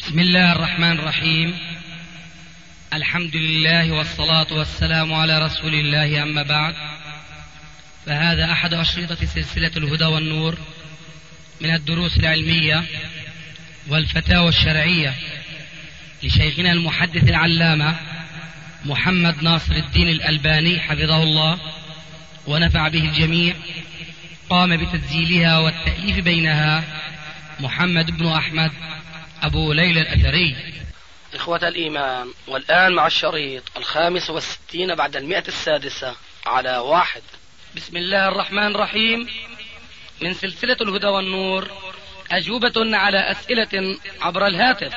بسم الله الرحمن الرحيم. الحمد لله والصلاة والسلام على رسول الله، أما بعد، فهذا أحد أشرطة سلسلة الهدى والنور من الدروس العلمية والفتاوى الشرعية لشيخنا المحدث العلامة محمد ناصر الدين الألباني حفظه الله ونفع به الجميع. قام بتسجيلها والتأليف بينها محمد بن أحمد أبو ليلى الأثري. إخوة الإيمان، والآن مع الشريط 65 بعد 106 على 1. بسم الله الرحمن الرحيم. من سلسلة الهدى والنور، أجوبة على أسئلة عبر الهاتف.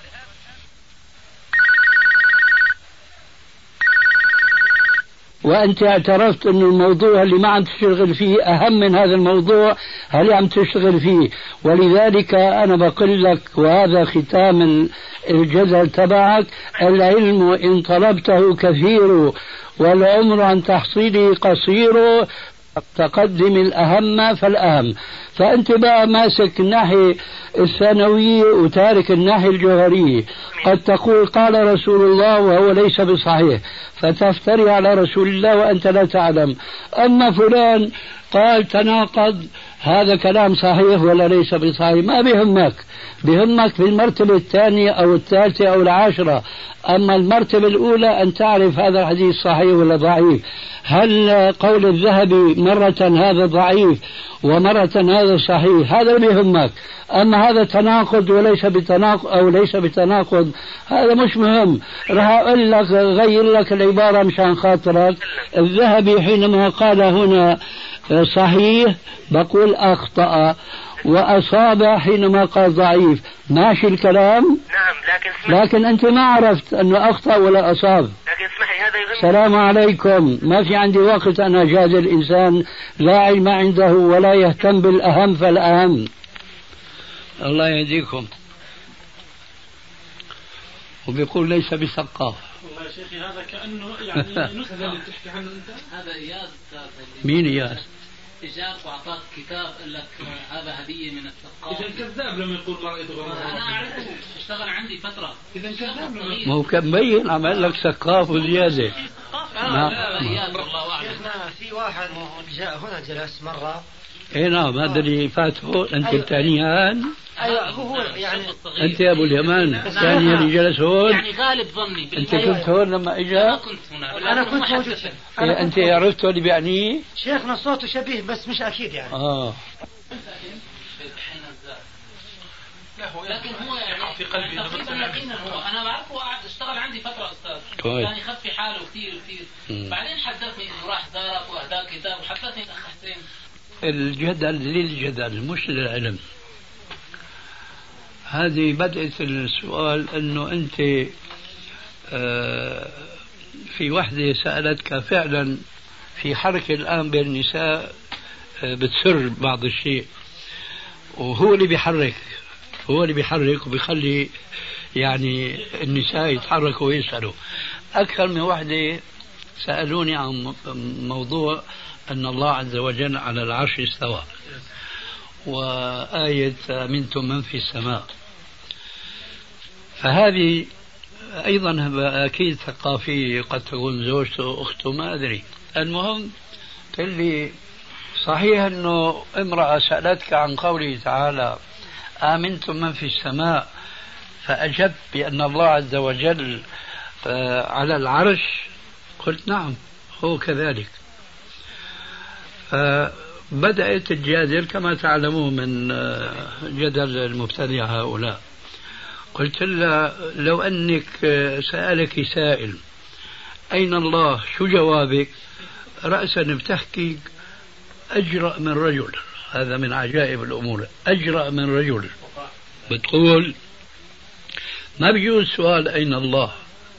وأنت اعترفت أن الموضوع اللي ما عم تشتغل فيه أهم من هذا الموضوع اللي عم تشتغل فيه، ولذلك أنا بقول لك، وهذا ختام الجدل تبعك: العلم إن طلبته كثير والعمر عن تحصيله قصير، تقدم الأهم فالأهم. فأنت بقى ماسك الناحية الثانوية وتارك الناحية الجوهرية. قد تقول قال رسول الله وهو ليس بصحيح، فتفتري على رسول الله وأنت لا تعلم. أما فلان قال تناقض، هذا كلام صحيح ولا ليس بصحيح، ما بيهمك. بيهمك في المرتبة الثانية أو الثالثة أو العاشرة. أما المرتبة الأولى أن تعرف هذا الحديث صحيح ولا ضعيف. هل قول الذهبي مرة هذا ضعيف ومرة هذا صحيح، هذا اللي بيهمك. أما هذا تناقض وليس بتناقض أو ليس بتناقض، هذا مش مهم. راح أقول لك غير لك العبارة مشان خاطرك. الذهبي حينما قال هنا صحيح بقول أخطأ، وأصاب حينما قال ضعيف. ماشي الكلام؟ نعم، لكن أنت ما عرفت أنه أخطأ ولا أصاب. لكن اسمحي، هذا يهم. السلام عليكم. ما في عندي وقت أنا أجادل إنسان لا علم عنده ولا يهتم بالأهم فالأهم. الله يهديكم. وبيقول ليس بثقاف. والله يا شيخي هذا كأنه يعني نكتة اللي بتحكي عنه أنت. هذا إياس. مين إياس؟ إجاك وأعطاك كتاب قال لك هذا هدية من الثقافة. إذا كذاب لما يقول ما رأيته غير. أنا أعرفه، اشتغل عندي فترة. إذا كذاب لما ما هو كان مبين عمل لك ثقاف وزيادة. لا إياس والله أعلم. شيخنا في واحد جاء هنا جلس مرة. اي نعم، هذا اللي فاته. انت الثانيان. ايوه هو يعني انت يا ابو اليمان الثاني اللي جلس هون. يعني غالب ظني. انت كنت هون لما اجى؟ أنا كنت هنا. انا كنت موجود. انت عرفته اللي بيعنيه؟ شيخنا صوته شبيه بس مش اكيد يعني. لكن هو يعني في قلبي تقريبا يقينا هو. انا بعرفه قاعد اشتغل عندي فتره استاذ. كان يخفي حاله كثير. بعدين حدثني انه راح زارك واهداك كتاب، وحدثني الاخ حسين. الجدل للجدل مش للعلم. هذه بدأت السؤال انه انت في وحدة سألتك فعلا في حركة الآن بين النساء بتسر بعض الشيء، وهو اللي بيحرك وبيخلي يعني النساء يتحركوا ويسألوا. أكثر من وحدة سألوني عن موضوع أن الله عز وجل على العرش استوى، وآية أمنتم من في السماء. فهذه أيضا أكيد ثقافية، قد تكون زوجته أخته ما أدري. المهم قال لي صحيح أنه امرأة سألتك عن قوله تعالى آمنتم من في السماء، فأجبت بأن الله عز وجل على العرش. قلت نعم هو كذلك. بدأت الجادل كما تعلمون من جدل المبتدع هؤلاء. قلت لها لو أنك سألك سائل أين الله، شو جوابك؟ رأسا بتحكي أجرأ من رجل. هذا من عجائب الأمور، أجرأ من رجل. بتقول ما بيجوز سؤال أين الله.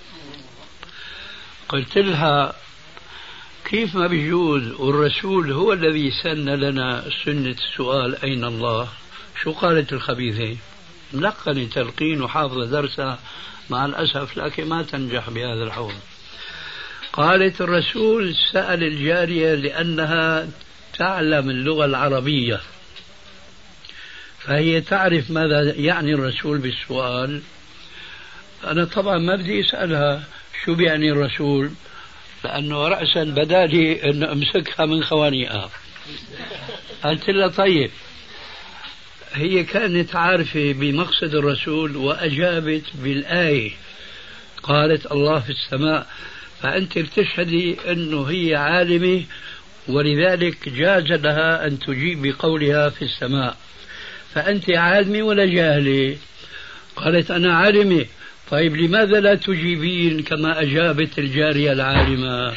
قلت لها كيف ما بيجوز والرسول هو الذي سن لنا سنة السؤال أين الله؟ شو قالت الخبيثة؟ ملقني تلقين وحافظة درسها مع الأسف، لكن ما تنجح بهذا الحوض. قالت الرسول سأل الجارية لأنها تعلم اللغة العربية، فهي تعرف ماذا يعني الرسول بالسؤال. أنا طبعا ما بدي أسألها شو بيعني الرسول، لأنه رأسا بدالي أن أمسكها من خوانيئها. قلت لها طيب، هي كانت عارفة بمقصد الرسول وأجابت بالآية، قالت الله في السماء، فأنت بتشهدي أنه هي عالمة ولذلك جاز لها أن تجيب بقولها في السماء. فأنت عالمة ولا جاهلة؟ قالت أنا عالمة. طيب لماذا لا تجيبين كما أجابت الجارية العالمة؟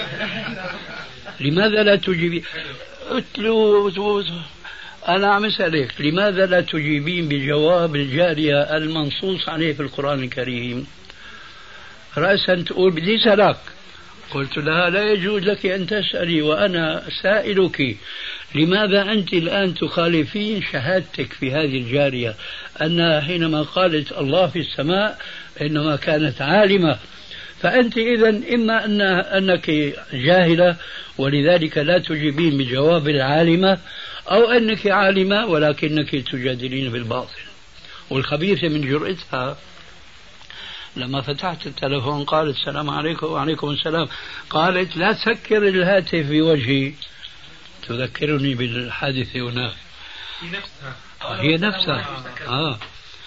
لماذا لا تجيبين؟ قلت له أنا عم أسألك لماذا لا تجيبين بجواب الجارية المنصوص عليه في القرآن الكريم؟ رأسا تقول بدي أسألك. قلت لها لا يجوز لك أن تسألي وأنا سائلك. لماذا أنت الآن تخالفين شهادتك في هذه الجارية أنها حينما قالت الله في السماء إنما كانت عالمة؟ فأنت إذن إما أنك جاهلة ولذلك لا تجيبين بجواب العالمة، أو أنك عالمة ولكنك تجادلين بالباطل. والخبيثة من جرأتها لما فتحت التلفون قالت السلام عليكم. وعليكم السلام. قالت لا تسكر الهاتف بوجهي، تذكرني بالحادثة هناك. هي نفسها.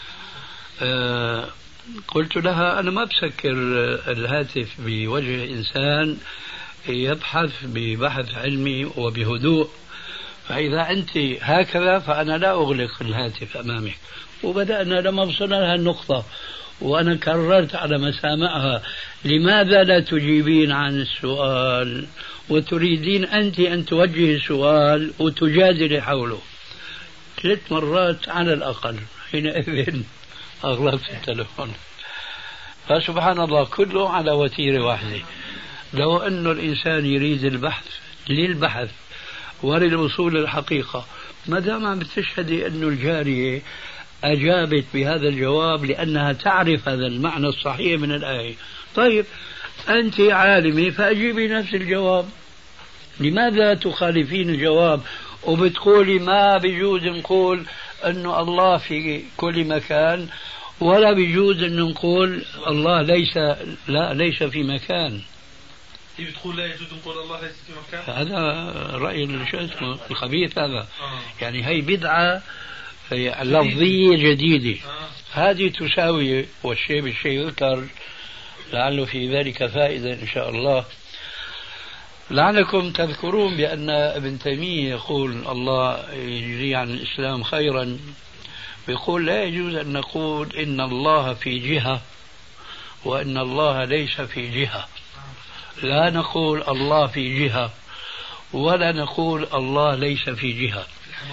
قلت لها أنا ما بسكر الهاتف بوجه إنسان يبحث ببحث علمي وبهدوء، فإذا أنت هكذا فأنا لا أغلق الهاتف أمامك. وبدأنا لما وصلنا لها النقطة وأنا كررت على مسامعها لماذا لا تجيبين عن السؤال وتريدين أنت أن توجهي السؤال وتجادلي حوله 3 مرات على الأقل. حينئذ أغلقت التلفون. فسبحان الله كله على وتيرة واحدة. لو أن الإنسان يريد البحث للبحث وللوصول للحقيقة، ما دام عم بتشهدي أن الجارية أجابت بهذا الجواب لأنها تعرف هذا المعنى الصحيح من الآية، طيب أنت عالمة فأجيبي نفس الجواب. لماذا تخالفين الجواب وبتقولي ما بيجوز نقول أن الله في كل مكان ولا بيجوز أن نقول الله ليس في مكان؟ هي بتقول لا يجوز نقول الله ليس في مكان. هذا رأي الخبيث هذا. يعني هي بدعة لفظية جديدة. هذه تساوي والشيء بالشيء يذكر، لعله في ذلك فائدة إن شاء الله. لعلكم تذكرون بأن ابن تيمية يقول الله يجزي عن الإسلام خيرا، يقول لا يجوز أن نقول إن الله في جهة وإن الله ليس في جهة. لا نقول الله في جهة ولا نقول الله ليس في جهة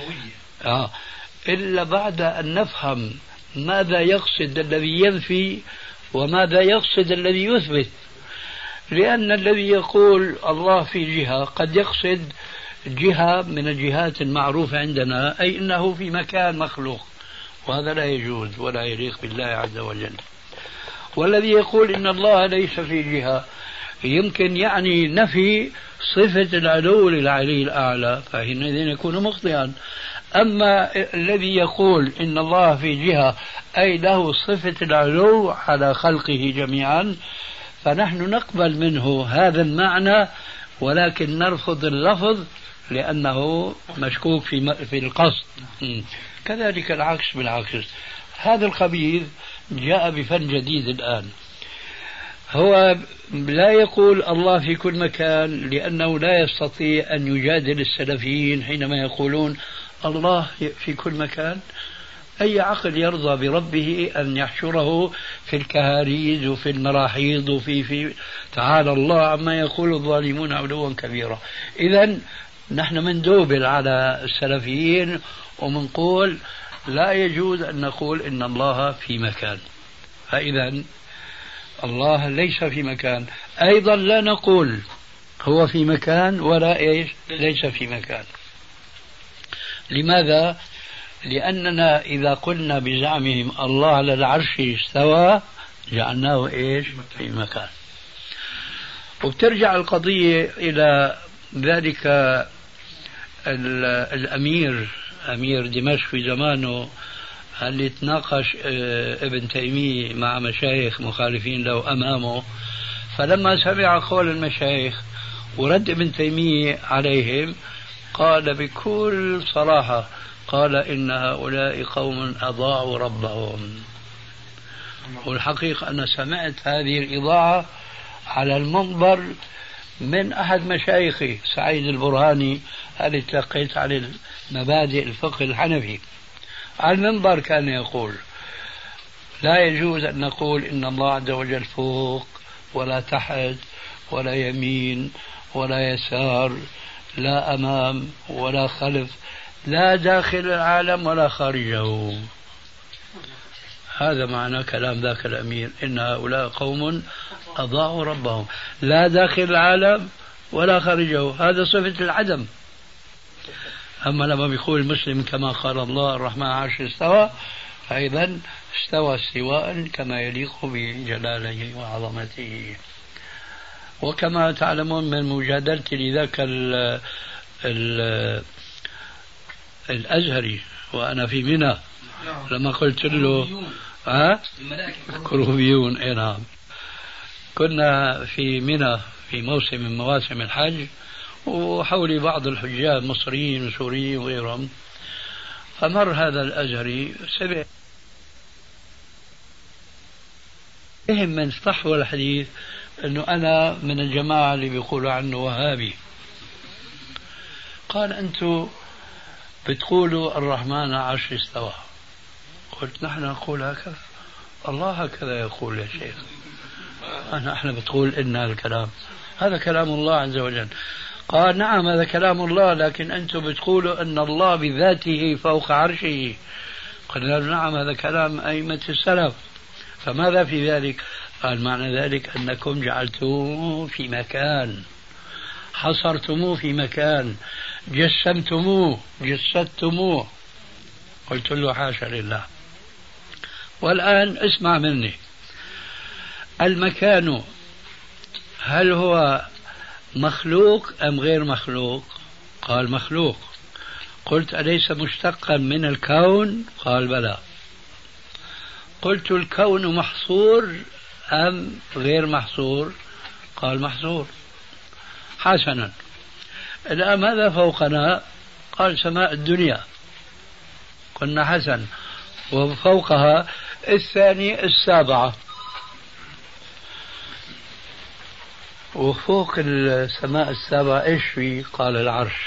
إلا بعد أن نفهم ماذا يقصد الذي ينفي وماذا يقصد الذي يثبت. لأن الذي يقول الله في جهة قد يقصد جهة من الجهات المعروفة عندنا، أي أنه في مكان مخلوق، وهذا لا يجوز ولا يليق بالله عز وجل. والذي يقول إن الله ليس في جهة يمكن يعني نفي صفة العلو للعلي الأعلى، فحينئذ يكون مخطئا. أما الذي يقول إن الله في جهة أي له صفة العلو على خلقه جميعا، فنحن نقبل منه هذا المعنى ولكن نرفض اللفظ لأنه مشكوك في القصد. كذلك العكس بالعكس. هذا الخبيث جاء بفن جديد الآن، هو لا يقول الله في كل مكان لأنه لا يستطيع أن يجادل السلفيين حينما يقولون الله في كل مكان. أي عقل يرضى بربه أن يحشره في الكهاريز وفي المراحيض وفي تعالى الله عما يقول الظالمون علوا كبيرا. إذن نحن مندوبل على السلفيين ومنقول لا يجوز أن نقول إن الله في مكان، فإذا الله ليس في مكان. أيضا لا نقول هو في مكان ولا ليس في مكان. لماذا؟ لأننا إذا قلنا بزعمهم الله على العرش استوى جعلناه في مكان. وبترجع القضية إلى ذلك الأمير أمير دمشق في زمانه اللي تناقش ابن تيمية مع مشايخ مخالفين له أمامه، فلما سمع قول المشايخ ورد ابن تيمية عليهم قال بكل صراحة، قال إن هؤلاء قوم أضاعوا ربهم. والحقيقة أنا سمعت هذه الإضاعة على المنبر من أحد مشايخي سعيد البرهاني اللي تلقيت على مبادئ الفقه الحنفي. على المنبر كان يقول لا يجوز أن نقول إن الله عز وجل فوق ولا تحت ولا يمين ولا يسار، لا أمام ولا خلف، لا داخل العالم ولا خارجه. هذا معنى كلام ذاك الأمير، إن هؤلاء قوم أضاعوا ربهم، لا داخل العالم ولا خارجه، هذا صفة العدم. أما لما بيقول المسلم كما قال الله الرحمن عرش استوى، أيضا استوى استواء كما يليق بجلاله وعظمته. وكما تعلمون من مجادلتي لذاك الأزهري وأنا في منى لما قلت له كروبيون، اي نعم، كنا في منى في موسم من مواسم الحج وحولي بعض الحجاج مصريين وسوريين وغيرهم، فمر هذا الأزهري سمع فهم من صحوة الحديث أنه أنا من الجماعة اللي بيقولوا عنه وهابي. قال أنتم بتقولوا الرحمن عرش استوى. قلت نحن نقول هكذا، الله هكذا يقول يا شيخ، نحن بتقول إن الكلام هذا كلام الله عز وجل. قال نعم هذا كلام الله، لكن أنتم بتقولوا أن الله بذاته فوق عرشه. قلنا نعم هذا كلام أئمة السلف، فماذا في ذلك؟ قال معنى ذلك أنكم جعلتموه في مكان، حصرتموه في مكان، جسمتموه جسدتموه. قلت له حاشا لله. والآن اسمع مني، المكان هل هو مخلوق أم غير مخلوق؟ قال مخلوق. قلت أليس مشتقا من الكون؟ قال بلى. قلت الكون محصور أم غير محصور؟ قال محصور. حسنا، الآن ماذا فوقنا؟ قال سماء الدنيا. قلنا حسن، وفوقها الثانية السابعة، وفوق السماء السابعة ايش في؟ قال العرش.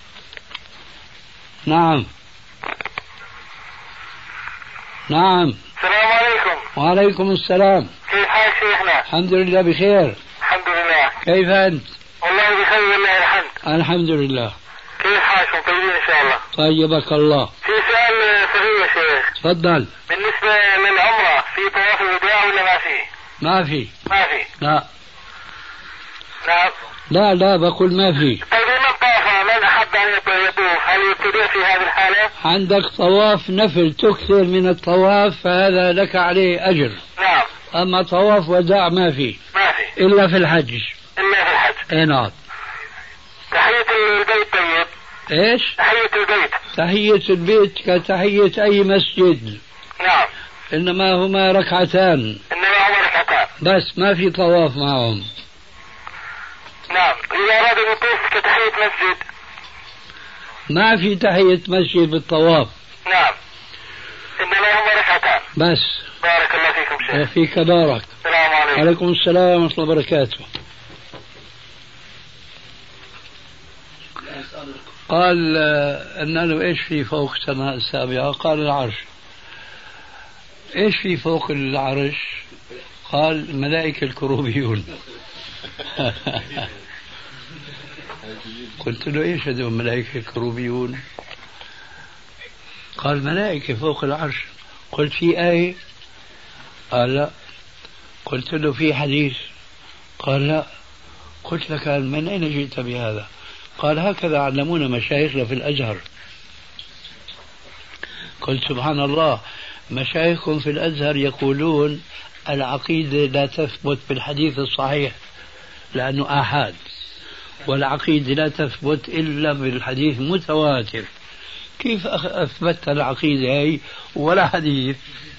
نعم نعم. السلام عليكم. وعليكم السلام. كيف حال شيخنا؟ الحمد لله بخير. الحمد لله. كيف أنت؟ والله بخير والله الحمد. الحمد لله. كيف حالكم؟ طيبين إن شاء الله. طيبك الله. في سؤال صغير يا شيخ. تفضل. بالنسبة للعمرة في طواف الوداع ولا ما في؟ ما في. ما في. لا. نعم. لا بقول ما في. طيب من طاف من أحب أن يطوف هل يبتدئ في هذه الحالة؟ عندك طواف نفل تكثر من الطواف فهذا لك عليه أجر. نعم. أما طواف وداع ما في. ما في. إلا في الحج. إلا في الحج. إيه نعم. تحية البيت طيب. إيش؟ تحية البيت. تحية البيت كتحية أي مسجد. نعم. إنما هما ركعتان. إنما هما ركعتان. بس ما في طواف معهم. نعم. إذا أراد أن يطوف كتحية مسجد. ما في تحية مسجد بالطواف. نعم. إنما هما ركعتان. بس. بارك الله فيكم شيخ. وفيك بارك. السلام عليكم. وعليكم السلام ورحمة الله وبركاته. قال أنه إيش في فوق السماء السابعة؟ قال العرش. إيش في فوق العرش؟ قال الملائكة الكروبيون. قلت له إيش هذول الملائكة الكروبيون؟ قال ملائكة فوق العرش. قلت في آية؟ قال لا. قلت له في حديث؟ قال لا. قلت لك من أين جئت بهذا؟ قال هكذا علمونا مشايخنا في الأزهر. قلت سبحان الله، مشايخكم في الأزهر يقولون العقيدة لا تثبت بالحديث الصحيح لأنه آحاد، والعقيدة لا تثبت إلا بالحديث متواتر. كيف أثبتت العقيدة هي ولا حديث؟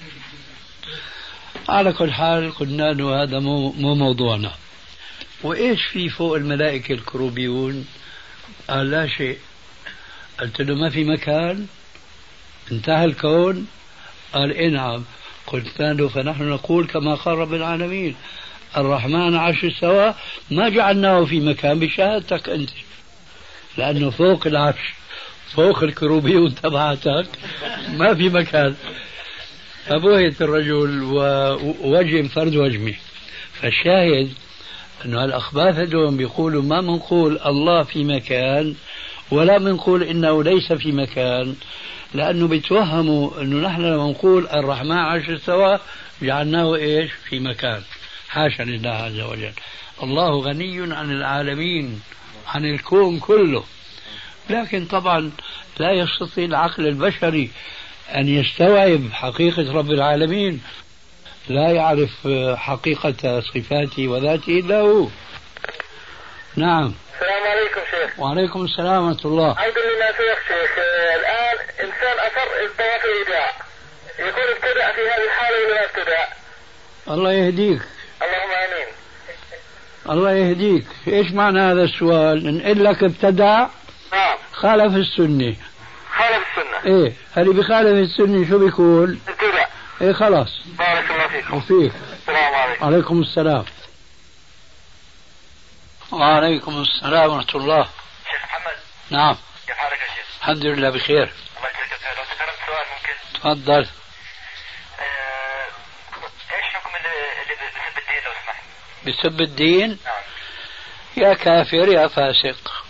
على كل حال قلنا أنه هذا مو موضوعنا. وإيش في فوق الملائكة الكروبيون؟ قال لا شيء. قلت له ما في مكان؟ انتهى الكون؟ قال إيه نعم. قلت له فنحن نقول كما قال رب العالمين الرحمن عرش استوى، ما جعلناه في مكان بشهادتك أنت، لأنه فوق العرش فوق الكروبيون تبعتك ما في مكان. فبهت الرجل ووجه فرد وجمه. فالشاهد أنه الأخباث هذول بيقولوا ما منقول الله في مكان ولا منقول إنه ليس في مكان، لأنه بيتوهموا أنه نحن لما نقول الرحمن عرش استوى جعلناه إيش في مكان. حاشا لله عز وجل، الله غني عن العالمين عن الكون كله. لكن طبعا لا يستطيع العقل البشري أن يستوعب حقيقة رب العالمين، لا يعرف حقيقة صفاته وذاته إلا هو. نعم. السلام عليكم شيخ. وعليكم السلام ورحمة الله. الحمد لله شيخ. الآن إنسان أصر الطواف الوداع، يكون ابتدأ في هذه الحالة ولا ما ابتدأ؟ الله يهديك. اللهم آمين. الله يهديك. إيش معنى هذا السؤال؟ نقول لك ابتدع. نعم. خالف السنة. خالف السنة. إيه اللي بخالف السنة شو بيقول؟ ابتدأ. إيه خلاص. بارك الله فيكم. وفيك. السلام عليكم. وعليكم السلام. وعليكم السلام ورحمة الله. شيخ محمد. نعم. كيف حالك يا شيخ؟ الحمد لله بخير. الله يجزاك خير. لو ذكرت سؤال ممكن؟ تفضل. ايش حكم اللي بسب الدين لو سمحت؟ بسب الدين؟ نعم. يا كافر يا فاسق.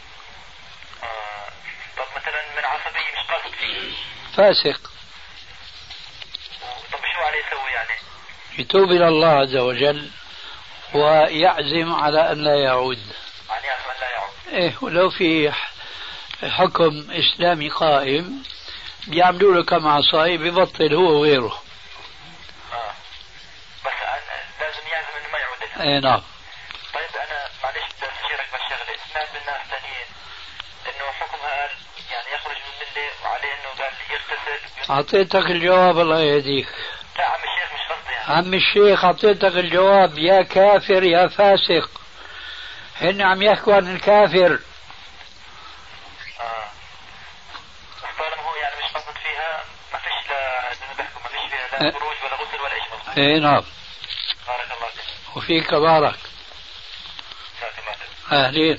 طب مثلا من عصبية مش قصد فيه. فاسق. طب شو عليه يسوي يعني؟ يتوب إلى الله عز وجل ويعزم على أن لا يعود. يعني يعزم أن لا يعود. إيه ولو في حكم إسلامي قائم بيعملوا له كم عصاي ببطل هو وغيره. بس لازم يعزم انه ما يعود لها. اي نعم. طيب انا معلش بدي استشيرك بالشغله، سمعت من ناس ثانيين انه حكمها قال يعني يخرج من المله وعليه انه قال يغتسل. اعطيتك الجواب الله يهديك. لا عم الشيخ مش قصدي يعني. عم الشيخ اعطيتك الجواب، يا كافر يا فاسق. هن عم يحكوا عن الكافر. طالما هو يعني مش قصد فيها ما فيش لا زي ما بيحكوا ما فيش فيها لا خروج ولا غسل ولا شيء. اي نعم. بارك الله فيك. وفيك بارك. جزاك الله خير. اهلين.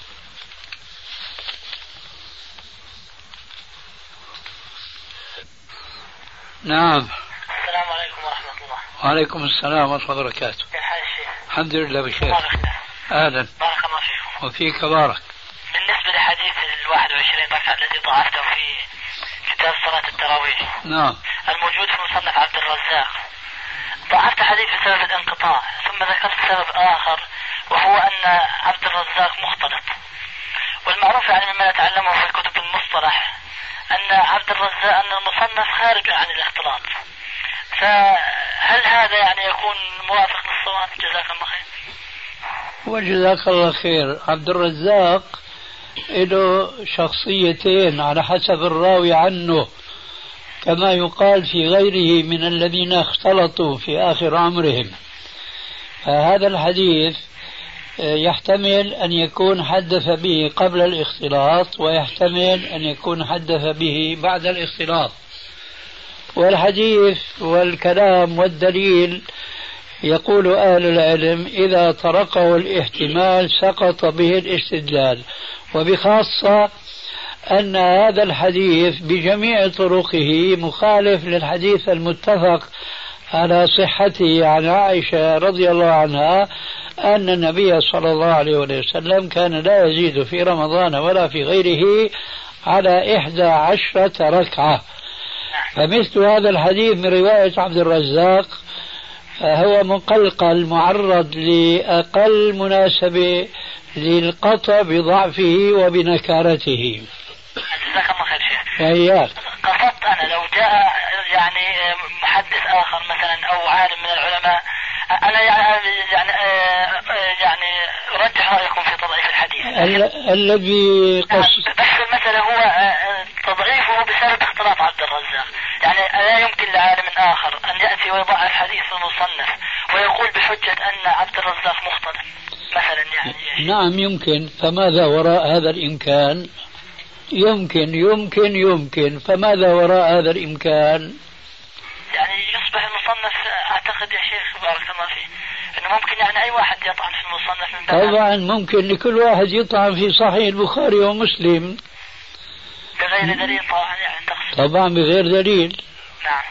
نعم. السلام عليكم ورحمة الله. وعليكم السلام ورحمة الله وبركاته. كيف حال الشيخ؟ الحمد لله بخير. أهلا. بارك الله فيكم. وفيك بارك. بالنسبة لحديث 21 ركعة الذي ضعفته في كتاب صلاة التراويح. نعم. الموجود في مصنف عبد الرزاق. ضعفت حديث بسبب الانقطاع، ثم ذكرت سبب آخر وهو أن عبد الرزاق مختلط. والمعروف يعني مما نتعلمه في كتب المصطلح أن عبد الرزاق أن المصنف خارج عن الاختلاط. فهل هذا يعني يكون موافق للصواب؟ جزاك الله خير. وجزاك الله خير. عبد الرزاق له شخصيتين على حسب الراوي عنه، كما يقال في غيره من الذين اختلطوا في آخر عمرهم. فهذا الحديث يحتمل أن يكون حدث به قبل الاختلاط، ويحتمل أن يكون حدث به بعد الاختلاط. والحديث والكلام والدليل يقول أهل العلم إذا طرقه الاحتمال سقط به الاستدلال، وبخاصة أن هذا الحديث بجميع طرقه مخالف للحديث المتفق على صحته عن عائشة رضي الله عنها أن النبي صلى الله عليه وسلم كان لا يزيد في رمضان ولا في غيره على 11 ركعة. فمثل هذا الحديث من رواية عبد الرزاق هو مقلقل معرض لأقل مناسبة للقطع بضعفه وبنكارته. جزاك الله خير شيخ. وإياك. قصدت أنا لو جاء يعني محدث آخر مثلا أو عالم من العلماء، أنا يعني أرجح رأيكم في تضعيف الحديث. الذي بس المسألة هو تضعيف البخاري ويضعف حديث المصنف ويقول بحجة أن عبد الرزاق مختلف مثلا يعني. نعم يمكن، فماذا وراء هذا الإمكان؟ يمكن فماذا وراء هذا الإمكان؟ يعني يصبح المصنف أعتقد يا شيخ بارك الله فيه أنه ممكن يعني أي واحد يطعن في المصنف من باب. طبعا ممكن لكل واحد يطعن في صحيح البخاري ومسلم بغير دليل طبعا يعني تقصد. طبعا بغير دليل. نعم.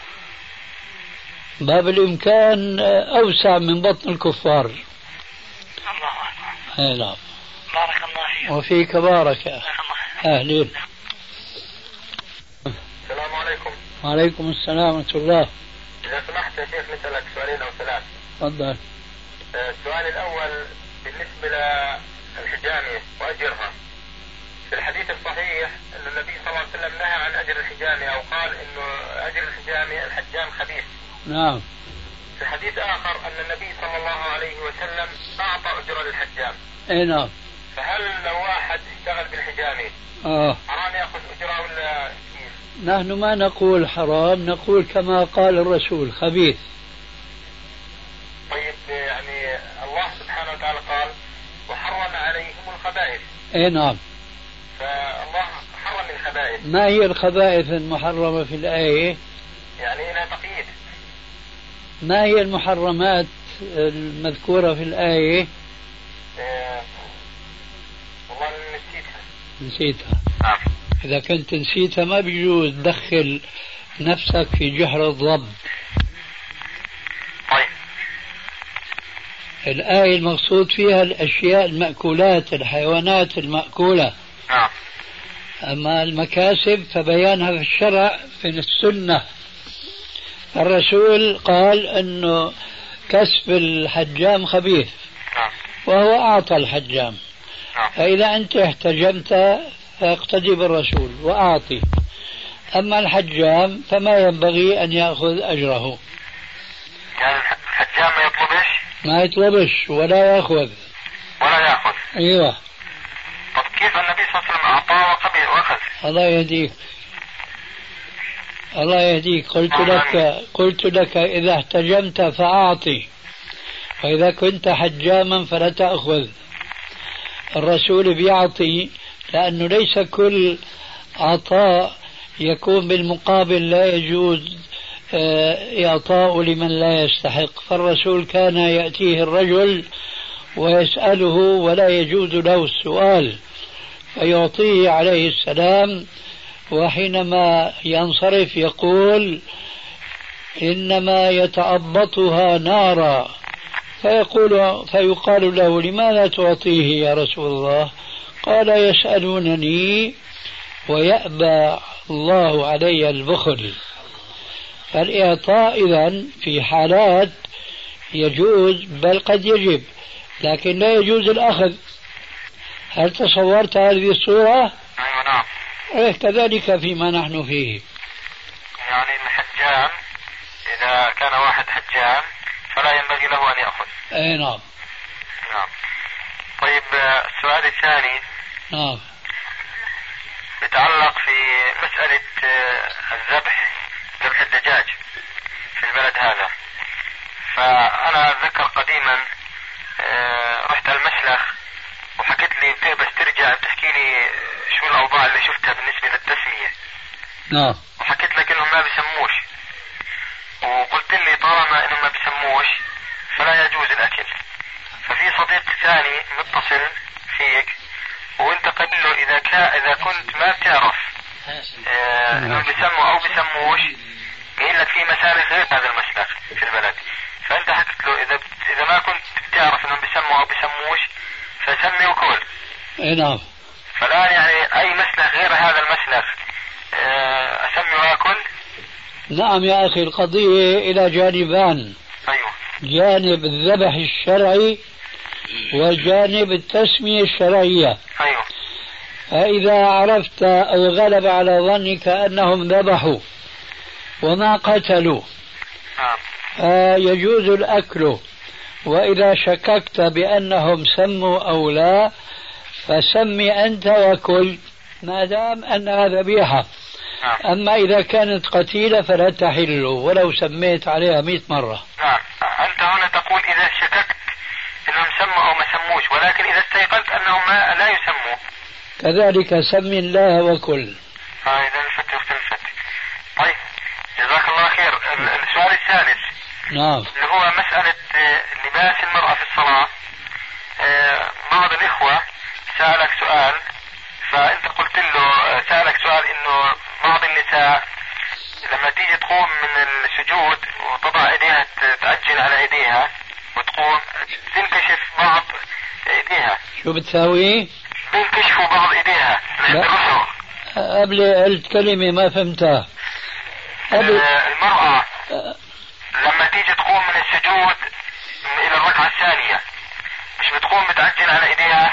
باب الإمكان أوسع من بطن الكفار. الله أكبر. أي نعم. بارك الله فيك. وفيك بارك. أهلين. السلام عليكم. وعليكم السلام ورحمة الله. إذا سمحت يا شيخ نسألك سؤالين أو ثلاث. تفضل. السؤال الأول بالنسبة للحجامة وأجرها. في الحديث الصحيح أن النبي صلى الله عليه وسلم نهى عن أجر الحجامة أو قال أنه أجر الحجامة الحجام خبيث. نعم. في حديث آخر أن النبي صلى الله عليه وسلم أعطى أجر للحجام. أي نعم. فهل لو واحد اشتغل بالحجامة حرام يأخذ أجره ولا كيف؟ نحن ما نقول حرام، نقول كما قال الرسول خبيث. طيب يعني الله سبحانه وتعالى قال وحرم عليهم الخبائث. اي نعم. فالله حرم الخبائث. ما هي الخبائث المحرمة في الآية؟ يعني لها تقييد. ما هي المحرمات المذكورة في الآية؟ والله نسيتها. إذا كنت نسيتها ما بيجوز تدخل نفسك في جحر الضب. طيب. الآية المقصود فيها الأشياء المأكولات، الحيوانات المأكولة. أما المكاسب فبيانها في الشرع في السنة. الرسول قال أنه كسب الحجام خبيث وهو أعطى الحجام. فإذا أنت احتجمت فاقتدي بالرسول وأعطي. أما الحجام فما ينبغي أن يأخذ أجره. يعني الحجام ما يطلبش ولا يأخذ. أيوة. طب كيف النبي صلى الله عليه وسلم أعطاه وقبل وأخذ؟ الله يهديك. قلت لك إذا احتجمت فأعطي، وإذا كنت حجاما فلا تأخذ. الرسول بيعطي لأنه ليس كل عطاء يكون بالمقابل لا يجوز إعطاء لمن لا يستحق. فالرسول كان يأتيه الرجل ويسأله ولا يجوز له السؤال فيعطيه عليه السلام، وحينما ينصرف يقول إنما يتأبطها نارا، فيقال له لماذا تعطيه يا رسول الله؟ قال يسألونني ويأبى الله علي البخل. فالإعطاء إذن في حالات يجوز بل قد يجب، لكن لا يجوز الأخذ. هل تصورت هذه الصورة؟ أيوة نعم. كذلك فيما نحن فيه. يعني الحجام إذا كان واحد حجام فلا ينبغي له أن يأخذ. أي نعم. طيب السؤال الثاني يتعلق في مسألة ذبح الدجاج في البلد هذا. فأنا أتذكر قديما رحت المسلخ وحكيت لي بس ترجع بتحكي لي شو الأوضاع اللي شفتها بالنسبة للتسمية. وحكيت لك إنهم ما بيسموش، وقلت لي طالما إنهم ما بيسموش فلا يجوز الأكل. ففي صديق ثاني متصل فيك وانت قل له إذا كنت ما بتعرف إنهم بيسموا أو بيسموش، قايل لك في مسالخ غير هذا المسلخ في البلد. فأنت حكيت له إذا ما كنت بتعرف إنهم بيسموا أو بيسموش فسمي وكل. نعم. فالآن يعني أي مسلخ غير هذا المسلخ أسمي وأكل؟ نعم يا أخي، القضية إلى جانبان. أيوة. جانب الذبح الشرعي وجانب التسمية الشرعية. أيوة. فإذا عرفت أو غلب على ظنك أنهم ذبحوا وما قتلوا فيجوز الأكل، وإذا شككت بأنهم سموا أو لا فسمي أنت وكل ما دام أنها ذبيحة. نعم. أما إذا كانت قتيلة فلا تحل ولو سميت عليها 100 مرة. نعم. أنت هنا تقول إذا شككت أنهم سموا أو ما سموش، ولكن إذا استيقنت أنهم لا يسموا كذلك سم الله وكل. إذا الفتح اختلفت. طيب جزاك الله خير. السؤال الثالث نعم. اللي هو مسألة لباس المرأة في الصلاة. بعض الإخوة سألك سؤال، فأنت قلت له سألك سؤال إنه بعض النساء لما تيجي تقوم من السجود وتضع إيديها تأجل على إيديها وتقوم تنكشف بعض إيديها. شو بتساوي؟ بينكشفوا بعض إيديها. لا قبل الكلمة ما فهمتها. المرأة لما تيجي تقوم من السجود إلى الركعة الثانية مش بتقوم بتعجل على إيديها؟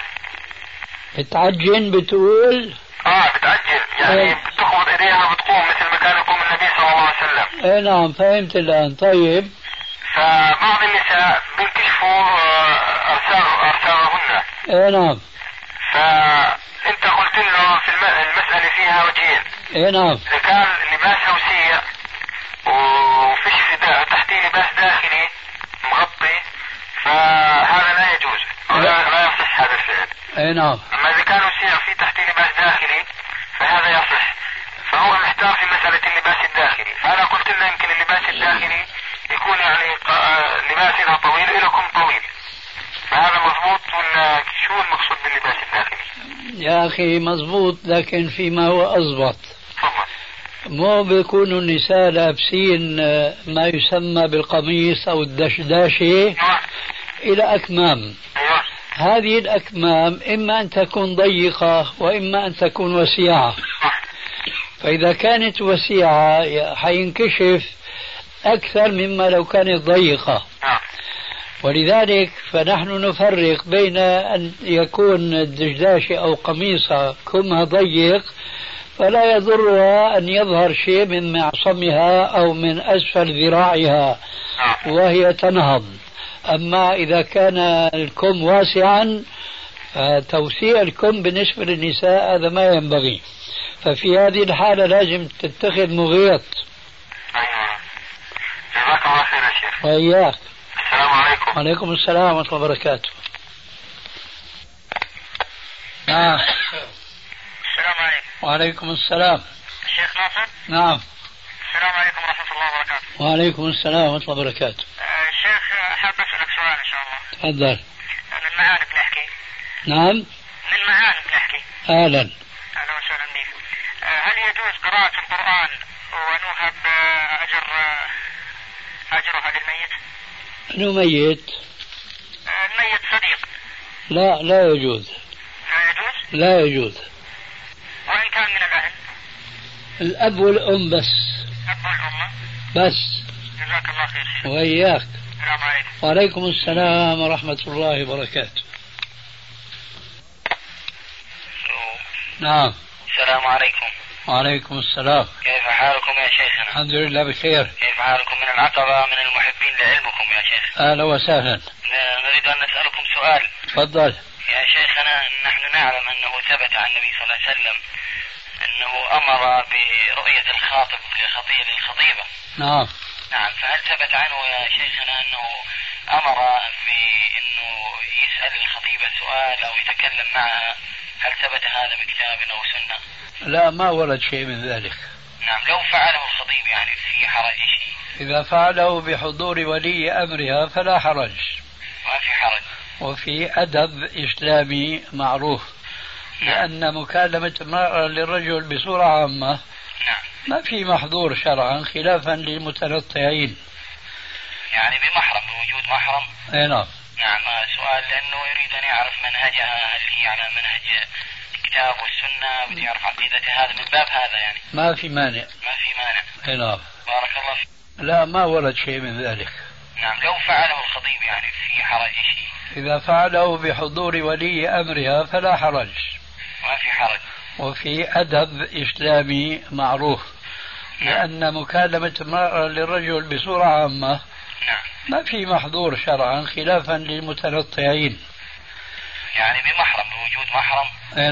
بتعجن بتقول؟ بتعجل يعني بتخبط إيديها وبتقوم مثل ما كان يقوم النبي صلى الله عليه وسلم. نعم فهمت الآن. طيب. فبعض النساء بينكشفوا أرسالهن. نعم. فأنت قلت له في المسألة فيها وجهين. نعم. إذا كان لباسها وسيع وفيش تحتيه لباس داخلي مغطي فهذا لا يجوز، لا يصح هذا الفعل. نعم. أما إذا كان وسيع في تحتيه لباس داخلي فهذا يصح. فهو محتار في مسألة اللباس الداخلي، فأنا قلت له يمكن اللباس الداخلي يكون يعني لباسنا طويل إلكم طويل، فهذا مضبوط ولا شو المقصود باللباس الداخلي؟ يا أخي مضبوط، لكن فيما هو أضبط. مو بيكونوا النساء لابسين ما يسمى بالقميص أو الدشداشة إلى أكمام. هذه الأكمام إما أن تكون ضيقة وإما أن تكون وسيعة. فإذا كانت وسيعة حينكشف أكثر مما لو كانت ضيقة. ولذلك فنحن نفرق بين أن يكون الدشداشة أو قميصها كمها ضيق فلا يضرها أن يظهر شيء من معصمها أو من أسفل ذراعها وهي تنهض. أما إذا كان الكم واسعا توسيع الكم بالنسبة للنساء هذا ما ينبغي، ففي هذه الحالة لازم تتخذ مغيط. جزاك الله خير يا شيخ. وإياك. السلام عليكم. وعليكم السلام ورحمة الله وبركاته. السلام عليكم. وعليكم السلام. الشيخ ناصر. نعم. السلام عليكم ورحمة الله وبركاته. وعليكم السلام ورحمة الله وبركاته. الشيخ حاب أسألك سؤال إن شاء الله. تفضل. من معاني بنحكي. نعم. من معاني بنحكي. أهلا. أهلا وسهلا بك. هل يجوز قراءة القرآن ونوهب أجرها للميت؟ أنه ميت؟ الميت صديق. لا يجوز. لا يجوز؟ لا يجوز. وإن كان من الأهل؟ الأب والأم بس. الأب والأم بس. جزاك الله خير. وإياك. السلام عليكم. وعليكم السلام ورحمة الله وبركاته. نعم. السلام عليكم. وعليكم السلام. كيف حالكم يا شيخنا؟ الحمد لله بخير. كيف حالكم من العقبة من المحبين لعلمكم يا شيخ؟ أهلا وسهلا. نريد أن نسألكم سؤال. تفضل. يا شيخنا نحن نعلم أنه ثبت عن النبي صلى الله عليه وسلم أنه أمر برؤية الخاطب للخطيبة. نعم. نعم، فهل ثبت عنه يا شيخنا أنه أمر بأنه يسأل الخطيبة سؤال أو يتكلم معها؟ هل ثبت هذا بكتاب أو سنة؟ لا، ما ورد شيء من ذلك. نعم، لو فعله الخطيب يعني في حرج شيء؟ إذا فعله بحضور ولي أمرها فلا حرج. ما في حرج. وفي أدب إسلامي معروف. لأن مكالمة المرأة للرجل بصورة عامة ما في محظور شرعا خلافا للمتنطعين. يعني بمحرم، بوجود محرم. اي نعم. نعم، سؤال لأنه يريد أن يعرف منهجها، هل هي على منهج الكتاب والسنة، بده يعرف عقيدتها، هذا من باب هذا يعني. ما في مانع. ما في مانع. اي نعم. بارك الله فيك. لا، ما ورد شيء من ذلك. نعم، لو فعله الخطيب يعني في حرج شيء؟ إذا فعله بحضور ولي أمرها فلا حرج. ما في حرج. وفي أدب إسلامي معروف. لأن مكالمة المرأة للرجل بصورة عامة ما في محظور شرعا خلافا للمتنطعين. يعني بمحرم، بوجود محرم. اي نعم.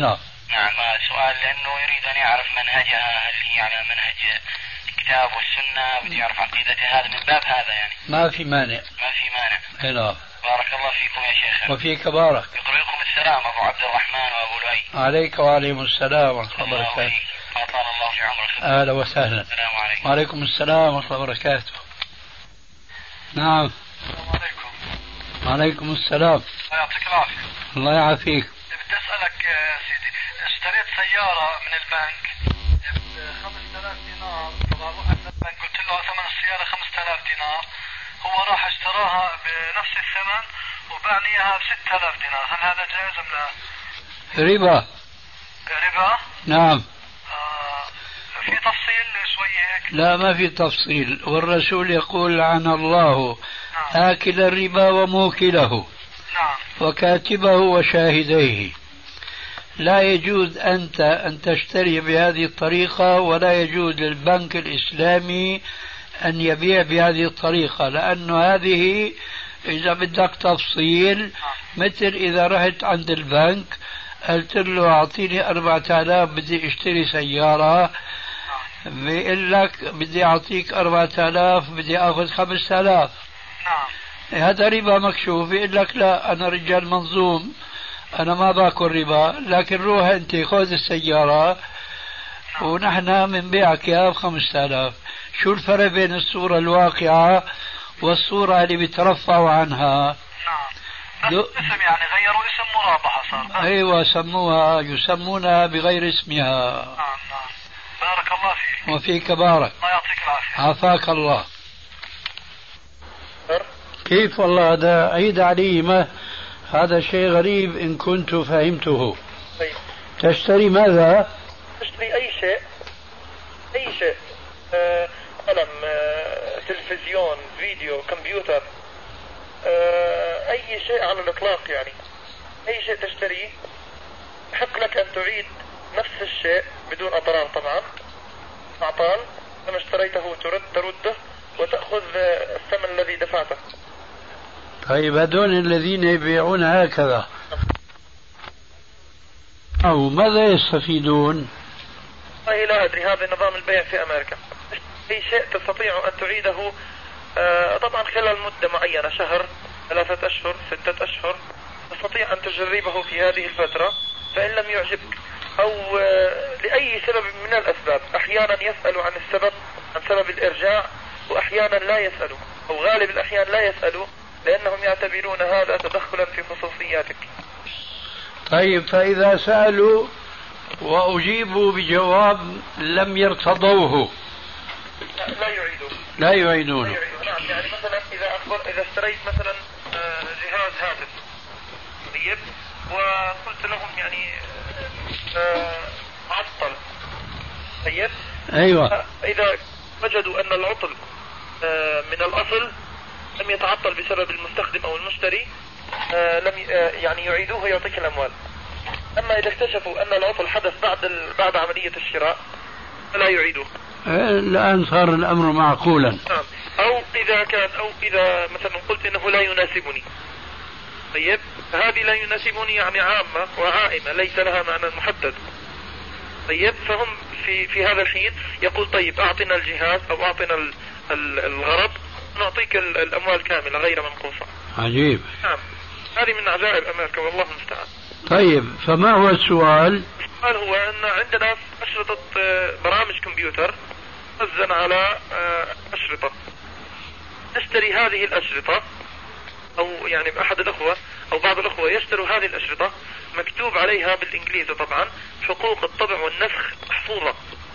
نعم. سؤال لأنه يريد أن يعرف منهجها، هل هي على منهج الكتاب والسنة، بدي يعرف عقيدتها، هذا من باب هذا يعني. ما في مانع. ما في مانع. هلا. بارك الله فيكم يا شيخ. وفيك بارك. يقرئكم السلام أبو عبد الرحمن وأبو لؤي. عليك وعليكم السلام ورحمة الله وبركاته. أطال الله في عمرك. أهلا وسهلا. السلام عليكم. وعليكم السلام ورحمة الله وبركاته. نعم. السلام عليكم. وعليكم السلام. الله يعطيك العافية. الله يعافيك. بدي أسألك سيدي، اشتريت سيارة من البنك ب 5000 دينار، طبعا رحت للبنك قلت له ثمن السيارة 5000 دينار، هو راح اشتراها بنفس الثمن وباعني اياها ب 6000 دينار، هل هذا جائز ام لا؟ ربا. ربا؟ نعم. في تفصيل شوي هيك؟ لا ما في تفصيل، والرسول يقول لعن الله آكل الربا وموكله وكاتبه وشاهديه. لا يجوز أنت أن تشتري بهذه الطريقة، ولا يجوز للبنك الإسلامي أن يبيع بهذه الطريقة، لأن هذه إذا بدك تفصيل مثل إذا رحت عند البنك قلت له أعطيني 4000 بدي اشتري سيارة، بيقول لك بدي أعطيك 4000 بدي أخذ 5000. هذا ربا مكشوف. يقول لك لا أنا رجال منظوم، أنا ما باكل ربا، لكن روح أنت خذ السيارة ونحن بنبيعك إياها ب5000. شو الفرق بين الصورة الواقعة والصورة اللي بيترفعوا عنها؟ بس اسم يعني غيروا اسم مرابحة صار. أيوة يسمونها بغير اسمها. بارك الله فيك. وفيك بارك. الله يعطيك العافية. عافاك الله. كيف والله هذا عيد علي، ما هذا شيء غريب إن كنت فهمته. طيب. تشتري ماذا؟ تشتري أي شيء، أي شيء، قلم، تلفزيون، فيديو، كمبيوتر، أي شيء على الإطلاق يعني، أي شيء تشتريه حق لك أن تعيد نفس الشيء بدون أضرار طبعا. أعطان لما اشتريته ترده وتأخذ الثمن الذي دفعته. طيب هذول الذين يبيعون هكذا أو ماذا يستفيدون؟ والله لا أدري، هذا نظام البيع في أمريكا. أي شيء تستطيع أن تعيده طبعا خلال مدة معينة، شهر، 3 أشهر، 6 أشهر، تستطيع أن تجربه في هذه الفترة. فإن لم يعجبك أو لأي سبب من الأسباب، أحيانا يسألوا عن السبب، عن سبب الإرجاع، وأحيانا لا يسألوا، أو غالب الأحيان لا يسألوا، لأنهم يعتبرون هذا تدخلا في خصوصياتك. طيب فإذا سألوا وأجيبوا بجواب لم يرتضوه لا يعيدونه. نعم، يعني مثلا إذا اشتريت مثلا جهاز هاتف، طيب، وقلت لهم يعني عطل، طيب، أيوة، إذا وجدوا أن العطل من الأصل لم يتعطل بسبب المستخدم أو المشتري، لم يعني يعيدوه يعطيك الأموال. أما إذا اكتشفوا أن العطل حدث بعد عملية الشراء فلا يعيدوه. الآن صار الأمر معقولا. نعم. أو إذا مثلا قلت إنه لا يناسبني، طيب، فهذه لا يناسبني يعني عامة وعائمة ليس لها معنى محدد، طيب، فهم في هذا الحين يقول طيب أعطنا الجهاز أو أعطنا الغرض، نعطيك الأموال كاملة غير منقوصة. عجيب. نعم، هذه من عجائب أمريكا والله المستعان. طيب فما هو السؤال؟ السؤال هو أن عندنا أشرطة برامج كمبيوتر تخزن على أشرطة، نشتري هذه الأشرطة، أو يعني أحد الأخوة أو بعض الأخوة يشتروا هذه الأشرطة مكتوب عليها بالإنجليزي طبعا حقوق الطبع والنسخ محفوظة.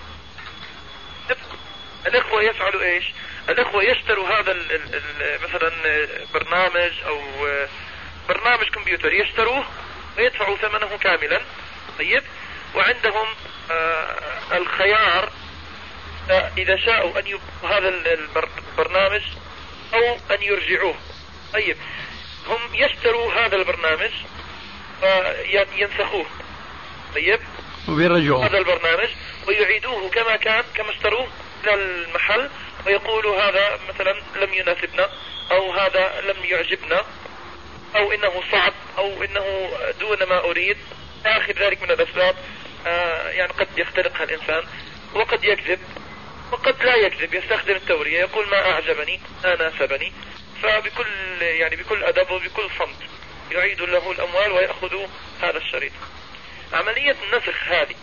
الأخوة يفعلوا إيش؟ الأخوة يشتروا هذا مثلا برنامج أو برنامج كمبيوتر، يشتروه ويدفعوا ثمنه كاملا، طيب، وعندهم الخيار إذا شاءوا أن يبقوا هذا البرنامج أو أن يرجعوه. طيب، هم يشتروا هذا البرنامج وينسخوه، طيب، ويرجعوه هذا البرنامج ويعيدوه كما كان، كما اشتروه إلى المحل، ويقولوا هذا مثلا لم يناسبنا، أو هذا لم يعجبنا، أو إنه صعب، أو إنه دون ما أريد، آخر ذلك من الأسباب، يعني قد يخترقها الإنسان، وقد يكذب وقد لا يكذب، يستخدم التورية، يقول ما أعجبني ما ناسبني، بكل أدب وبكل صمت يعيد له الأموال ويأخذ هذا الشريط. عملية النسخ هذه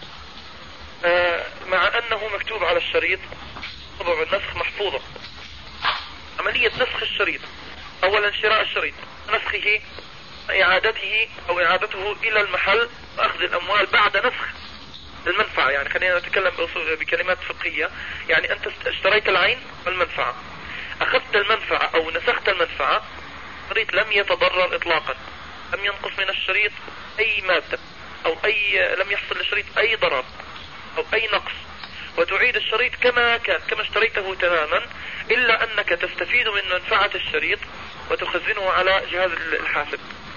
مع أنه مكتوب على الشريط طبع النسخ محفوظة. عملية نسخ الشريط، أولا شراء الشريط، نسخه، إعادته أو إعادته إلى المحل وأخذ الأموال بعد نسخ المنفعة. يعني خلينا نتكلم بكلمات فقهية. يعني أنت اشتريت العين والمنفعة، أخذت المنفعة أو نسخت المنفعة، الشريط لم يتضرر إطلاقا، لم ينقص من الشريط أي مادة أو لم يحصل للشريط أي ضرر أو أي نقص، وتعيد الشريط كما كان، كما اشتريته تماما، إلا أنك تستفيد من منفعة الشريط وتخزنه على جهاز الحاسب.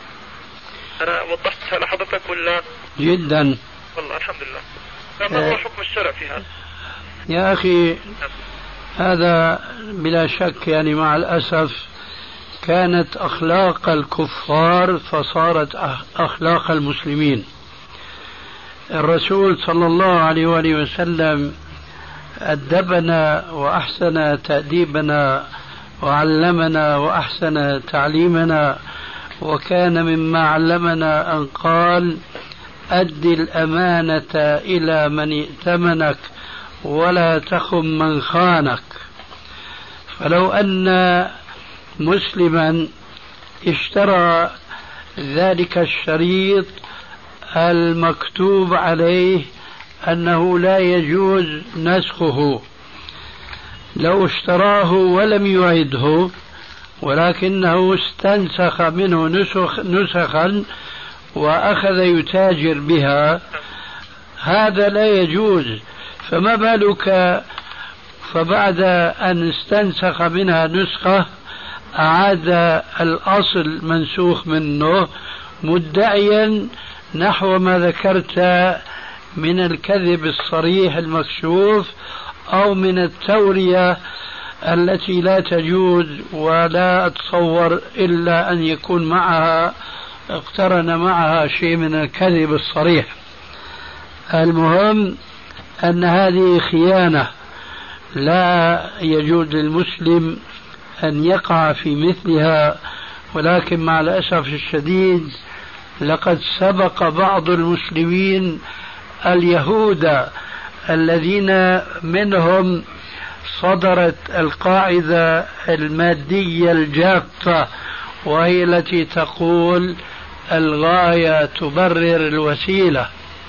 أنا وضحتها لحضرتك ولا؟ جدا والله الحمد لله. فما هو حكم الشرع في هذا؟ يا أخي هذا بلا شك يعني مع الأسف كانت أخلاق الكفار فصارت أخلاق المسلمين. الرسول صلى الله عليه وآله وسلم أدبنا وأحسن تأديبنا وعلمنا وأحسن تعليمنا، وكان مما علمنا أن قال: أد الأمانة إلى من ائتمنك ولا تخن من خانك. فلو أن مسلما اشترى ذلك الشريط المكتوب عليه أنه لا يجوز نسخه، لو اشتراه ولم يعده ولكنه استنسخ منه نسخا وأخذ يتاجر بها، هذا لا يجوز. فما بالك فبعد أن استنسخ منها نسخة أعاد الأصل منسوخ منه مدعيا نحو ما ذكرت من الكذب الصريح المكشوف أو من التورية التي لا تجوز، ولا أتصور إلا أن يكون معها اقترن معها شيء من الكذب الصريح. المهم أن هذه خيانة لا يجوز للمسلم أن يقع في مثلها، ولكن مع الأسف الشديد لقد سبق بعض المسلمين اليهود الذين منهم صدرت القاعدة المادية الجافة، وهي التي تقول الغاية تبرر الوسيلة.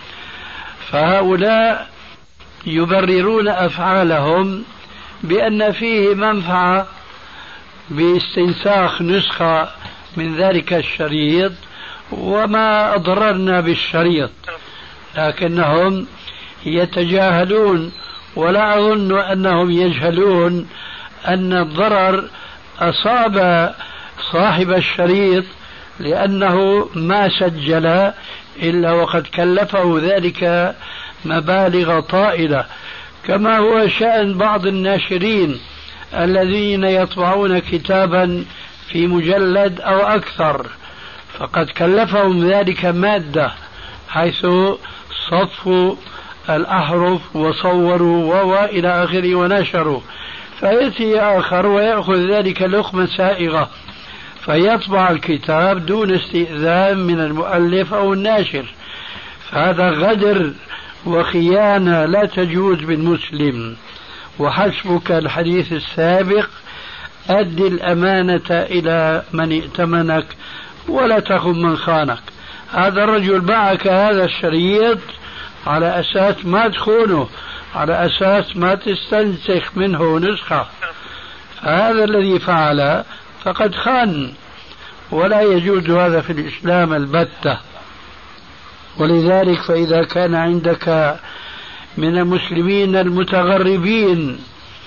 فهؤلاء يبررون أفعالهم بأن فيه منفعة باستنساخ نسخة من ذلك الشريط وما أضررنا بالشريط، لكنهم يتجاهلون، ولا أظن أنهم يجهلون أن الضرر أصاب صاحب الشريط لأنه ما سجل إلا وقد كلفه ذلك مبالغ طائلة، كما هو شأن بعض الناشرين الذين يطبعون كتابا في مجلد أو أكثر، فقد كلفهم ذلك مادة حيث صفوا الأحرف وصوروا وإلى آخره ونشروا، فيأتي آخر ويأخذ ذلك لقمة سائغة فيطبع الكتاب دون استئذان من المؤلف أو الناشر. فهذا غدر وخيانة لا تجوز بالمسلم. وحسبك الحديث السابق: أد الأمانة إلى من ائتمنك ولا تخن من خانك. هذا الرجل باعك هذا الشريط على أساس ما تخونه، على أساس ما تستنسخ منه نسخة، فهذا الذي فعل فقد خان، ولا يجوز هذا في الإسلام البتة. ولذلك فإذا كان عندك من المسلمين المتغربين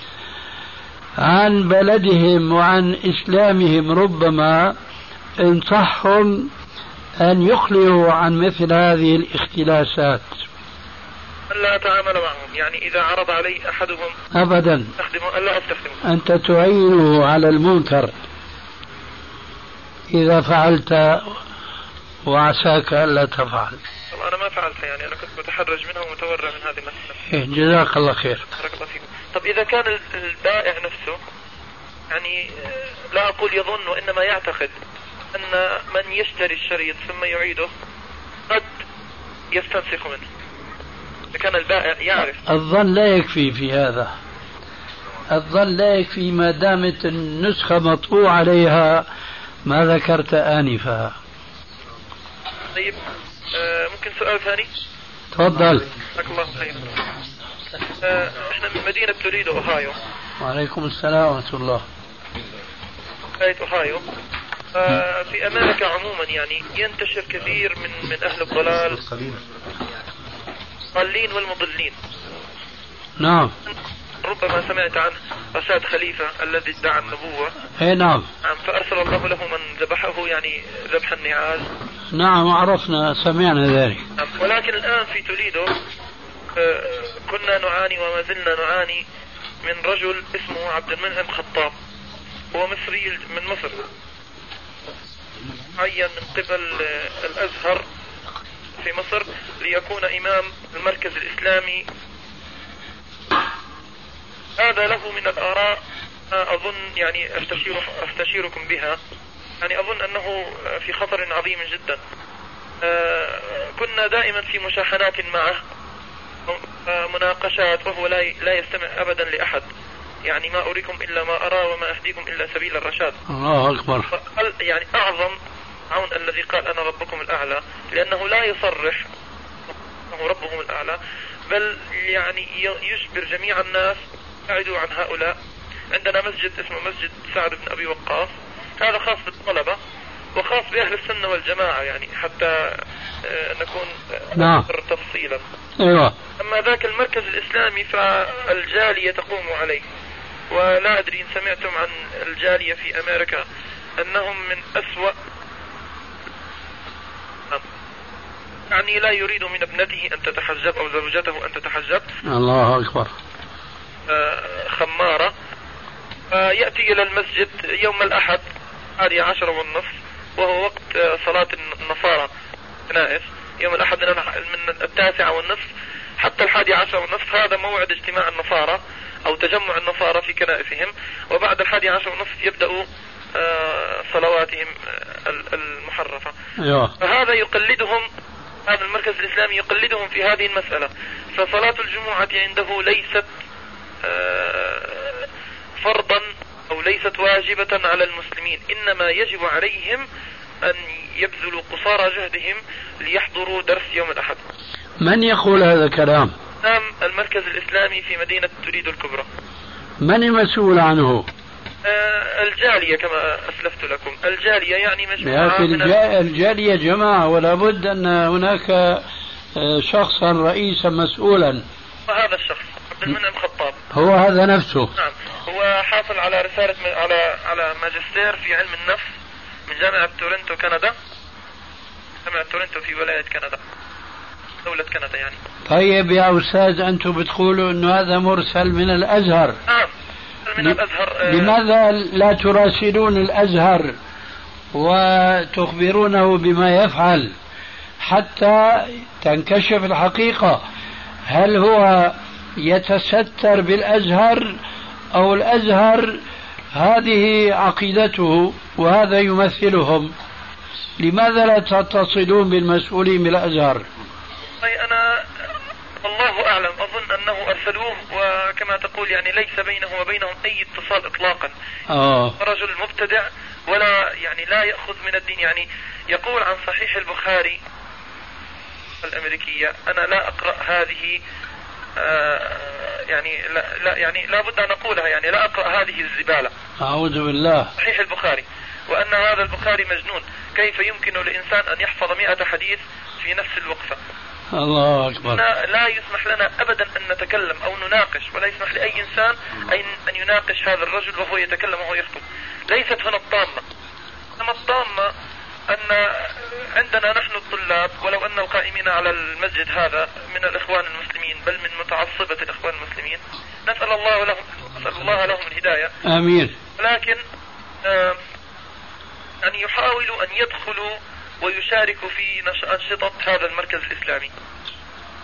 عن بلدهم وعن إسلامهم ربما انصحهم أن يخلوا عن مثل هذه الاختلاسات. لا أتعامل معهم، يعني إذا عرض علي أحدهم أبدا لا أستخدمه. أنت تعينه على المنكر إذا فعلت وعساك ألا تفعل. أنا ما فعلت واضحة، يعني أنا كنت متحرج منها ومتورع من هذه المسألة. جزاك الله خير. بارك الله فيكم. طب إذا كان البائع نفسه يعني لا أقول يظن وإنما يعتقد أن من يشتري الشريط ثم يعيده قد يستنسخ منه، إذا كان البائع يعرف. الظن لا يكفي في هذا، الظن لا يكفي ما دامت النسخة مطبوع عليها ما ذكرت آنفا. طيب ممكن سؤال ثاني؟ تفضل. جزاك الله خير. احنا من مدينة توريدو اوهايو. وعليكم السلام ورحمة الله. ولاية اوهايو. في امريكا عموما يعني ينتشر كثير من اهل الضلال، الضالين والمضلين. نعم. ربما سمعت عن رشاد خليفة الذي ادعى النبوة. اي نعم. فارسل الله له من ذبحه، يعني ذبح النعال. نعم عرفنا سمعنا ذلك. ولكن الان في توريدو كنا نعاني وما زلنا نعاني من رجل اسمه عبد المنعم خطاب، هو مصري من مصر، عين من قبل الازهر في مصر ليكون امام المركز الاسلامي. هذا له من الآراء أظن يعني أستشيركم بها، يعني أظن أنه في خطر عظيم جدا. كنا دائما في مشاحنات معه، مناقشات، وهو لا يستمع أبدا لأحد، يعني ما أريكم إلا ما أرى وما أهديكم إلا سبيل الرشاد. الله أكبر. يعني أعظم عون الذي قال أنا ربكم الأعلى، لأنه لا يصرح أنه ربهم الأعلى، بل يعني يجبر جميع الناس ابتعدوا عن هؤلاء. عندنا مسجد اسمه مسجد سعد بن أبي وقاص، هذا خاص بالطلبة وخاص بأهل السنة والجماعة، يعني حتى نكون أكثر تفصيلا. أيوة. أما ذاك المركز الإسلامي فالجالية تقوم عليه، ولا أدري إن سمعتم عن الجالية في أمريكا أنهم من أسوأ، يعني لا يريد من ابنته أن تتحجب أو زوجته أن تتحجب. الله أكبر. خمارة. يأتي إلى المسجد يوم الأحد 11:30 وهو وقت صلاة النصارى كنائس، يوم الأحد من 9:30 حتى 11:30، هذا موعد اجتماع النصارى أو تجمع النصارى في كنائسهم، وبعد 11:30 يبدأ صلواتهم المحرفة. فهذا يقلدهم، هذا المركز الإسلامي يقلدهم في هذه المسألة. فصلاة الجمعة عنده ليست فرضا أو ليست واجبة على المسلمين، إنما يجب عليهم أن يبذلوا قصارى جهدهم ليحضروا درس يوم الأحد. من يقول هذا الكلام؟ نعم، المركز الإسلامي في مدينة توريدو الكبرى. من المسؤول عنه؟ الجالية كما أسلفت لكم، الجالية يعني مجموعة الجالية جماعة، ولا بد أن هناك شخصا رئيسا مسؤولا. وهذا الشخص عبد المنعم خطاب هو هذا نفسه. نعم، هو حاصل على رسالة على ماجستير في علم النفس من جامعة تورنتو كندا، جامعة تورنتو في ولاية كندا، دولة كندا يعني. طيب يا أستاذ، أنتم بتقولوا أنه هذا مرسل من الأزهر. نعم من الأزهر. لماذا لا تراسلون الأزهر وتخبرونه بما يفعل حتى تنكشف الحقيقة؟ هل هو يتستر بالأزهر أو الأزهر هذه عقيدته وهذا يمثلهم؟ لماذا لا تتصلون بالمسؤولين بالأزهر؟ أنا الله أعلم، أظن أنه أرسلوه، وكما تقول يعني ليس بينه وبينهم أي اتصال إطلاقا. رجل مبتدع ولا يعني لا يأخذ من الدين، يعني يقول عن صحيح البخاري الأمريكية أنا لا أقرأ هذه، يعني لا يعني لا بد أن أقولها، يعني لا أقرأ هذه الزبالة. أعوذ بالله. صحيح البخاري، وأن هذا البخاري مجنون، كيف يمكن لإنسان أن يحفظ 100 حديث في نفس الوقفة؟ الله أكبر. لا يسمح لنا أبدا أن نتكلم أو نناقش، ولا يسمح لأي إنسان أن يناقش هذا الرجل وهو يتكلم وهو يخطب. ليست هنا الطامة، إنما الطامة أن عندنا نحن الطلاب، ولو أن القائمين على المسجد هذا من الإخوان المسلمين، بل من متعصبة الإخوان المسلمين، نسأل الله لهم الهداية. آمين. لكن أن يحاولوا أن يدخلوا ويشاركوا في أنشطة هذا المركز الإسلامي.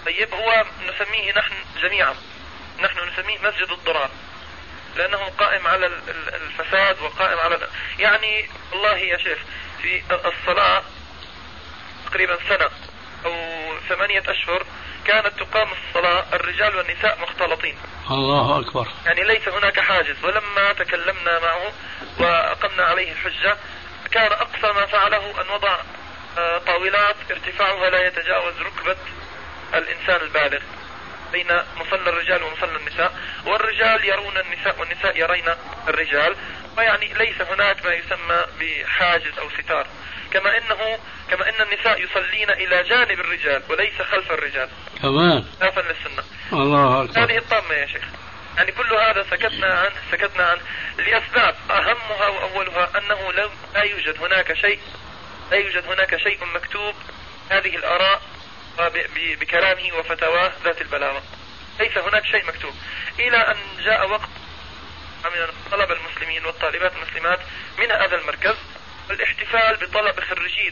طيب هو نسميه نحن جميعا، نحن نسميه مسجد الضرار، لأنه قائم على الفساد وقائم على يعني والله يا شيخ في الصلاة تقريبا سنة أو 8 أشهر كانت تقام الصلاة الرجال والنساء مختلطين. الله أكبر. يعني ليس هناك حاجز، ولما تكلمنا معه وأقمنا عليه الحجة كان أقصى ما فعله أن وضع طاولات ارتفاعها لا يتجاوز ركبة الإنسان البالغ بين مصلى الرجال ومصلى النساء، والرجال يرون النساء والنساء يرين الرجال، ويعني ليس هناك ما يسمى بحاجز أو ستار، كما أن النساء يصلين إلى جانب الرجال وليس خلف الرجال كمان خلافا للسنة. الله أكبر. هذه الطامة يا شيخ. يعني كل هذا سكتنا عنه لأسباب أهمها وأولها أنه لا يوجد هناك شيء مكتوب هذه الآراء بكلامه وفتواه ذات البلاغة، ليس هناك شيء مكتوب، إلى أن جاء وقت من طلب المسلمين والطالبات المسلمات من هذا المركز الاحتفال بطلب خريجي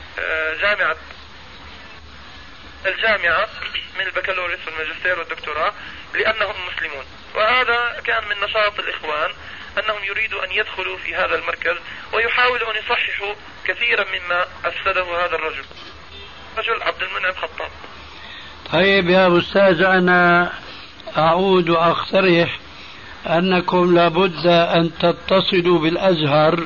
الجامعة من البكالوريوس والماجستير والدكتوراه لأنهم مسلمون. وهذا كان من نشاط الإخوان أنهم يريدوا أن يدخلوا في هذا المركز ويحاولوا أن يصححوا كثيرا مما أفسده هذا الرجل عبد المنعم خطاب. طيب يا أستاذ، أنا أعود وأقترح أنكم لابد أن تتصلوا بالأزهر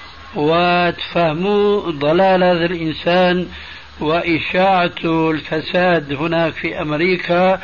وتفهموا ضلال هذا الإنسان وإشاعة الفساد هناك في أمريكا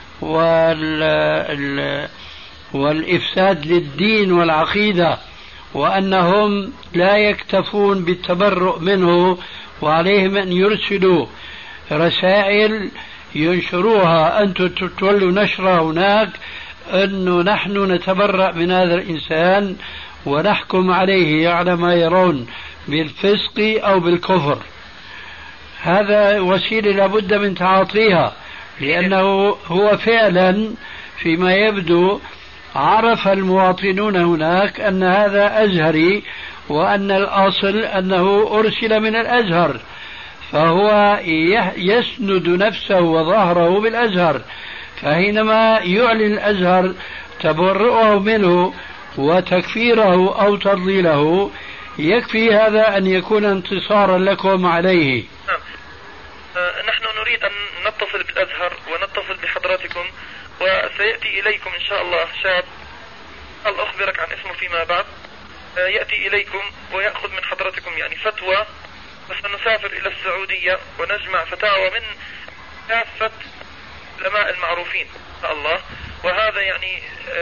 والإفساد للدين والعقيدة، وأنهم لا يكتفون بالتبرؤ منه، وعليهم أن يرسلوا رسائل ينشروها. أنتم تولوا نشرة هناك أنه نحن نتبرأ من هذا الإنسان ونحكم عليه على ما يرون بالفسق أو بالكفر. هذا وسيلة لابد من تعاطيها، لأنه هو فعلا فيما يبدو عرف المواطنون هناك أن هذا أزهري، وأن الأصل أنه أرسل من الأزهر، فهو يسند نفسه وظهره بالأزهر، فحينما يعلن الأزهر تبرؤه منه وتكفيره أو تضليله يكفي هذا أن يكون انتصارا لكم عليه. نحن نريد أن نتصل بالأزهر ونتصل بحضراتكم، وسيأتي إليكم إن شاء الله شاب، هل أخبرك عن اسمه فيما بعد، يأتي إليكم ويأخذ من حضرتكم يعني فتوى، وسنسافر إلى السعودية ونجمع فتاوى من كافة العلماء المعروفين إن شاء الله. وهذا يعني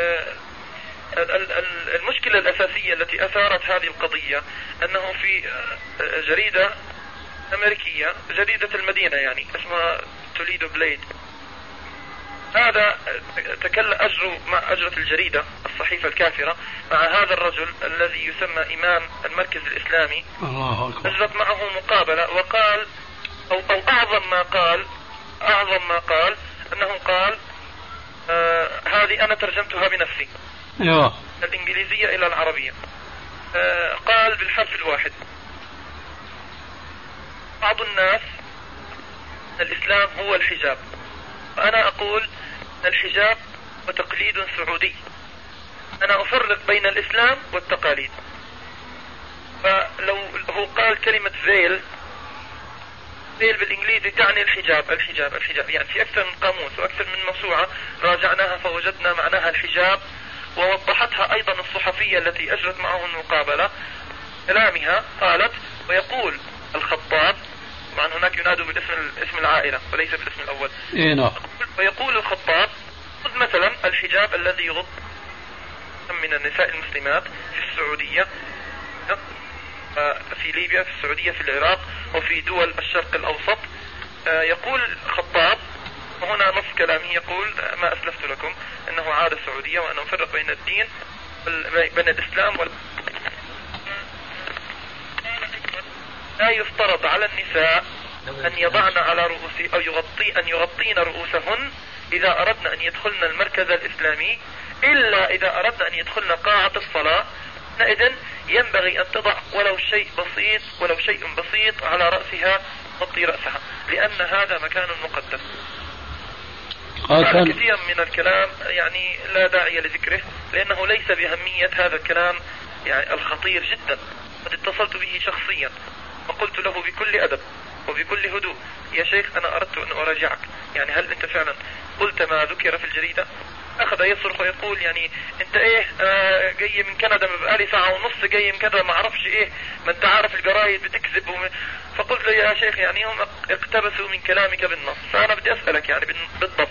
المشكلة الأساسية التي أثارت هذه القضية أنه في جريدة أمريكية، جريدة المدينة يعني اسمها توليدو بليد، هذا أجروا مع أجرة الجريدة الصحيفة الكافرة مع هذا الرجل الذي يسمى إمام المركز الإسلامي. أجرت معه مقابلة، وقال أو أعظم ما قال أنه قال هذه أنا ترجمتها بنفسي الإنجليزية إلى العربية. قال بالحرف الواحد: بعض الناس الإسلام هو الحجاب، وأنا أقول الحجاب وتقليد سعودي، أنا أفرق بين الإسلام والتقاليد. فلو هو قال كلمة فيل بالإنجليزي تعني الحجاب يعني في أكثر من قاموس وأكثر من موسوعة راجعناها فوجدنا معناها الحجاب، ووضحتها أيضا الصحفية التي أجرت معه المقابلة كلامها. قالت: ويقول الخطاب، طبعا هناك ينادوا بالاسم العائلة وليس بالاسم الأول، ويقول الخطاب: خذ مثلا الحجاب الذي يغض من النساء المسلمات في السعودية، في ليبيا، في السعودية، في العراق، وفي دول الشرق الأوسط. يقول الخطاب، وهنا نص كلامه، يقول: ما أسلفت لكم أنه عادة السعودية وأنه يفرق بين الدين بين الإسلام لا يفترض على النساء أن يضعن على رؤوس أو يغطين رؤوسهن إذا أردنا أن يدخلن المركز الإسلامي، إلا إذا أردنا أن يدخلن قاعة الصلاة، إذن ينبغي أن تضع ولو شيء بسيط على رأسها، تغطي رأسها، لأن هذا مكان مقدس. كثير من الكلام يعني لا داعي لذكره لأنه ليس بأهمية هذا الكلام يعني الخطير جدا. قد اتصلت به شخصيا وقلت له بكل أدب وبكل هدوء: يا شيخ أنا أردت أن أراجعك، يعني هل أنت فعلا قلت ما ذكر في الجريدة؟ أخذ يصرخ ويقول يعني أنت إيه جاي من كندا بقالي ساعة ونص جاي من كندا ما أعرفش إيه، ما أنت عارف الجرايد بتكذب فقلت له يا شيخ يعني هم اقتبسوا من كلامك بالنص، فأنا بدي أسألك يعني بالضبط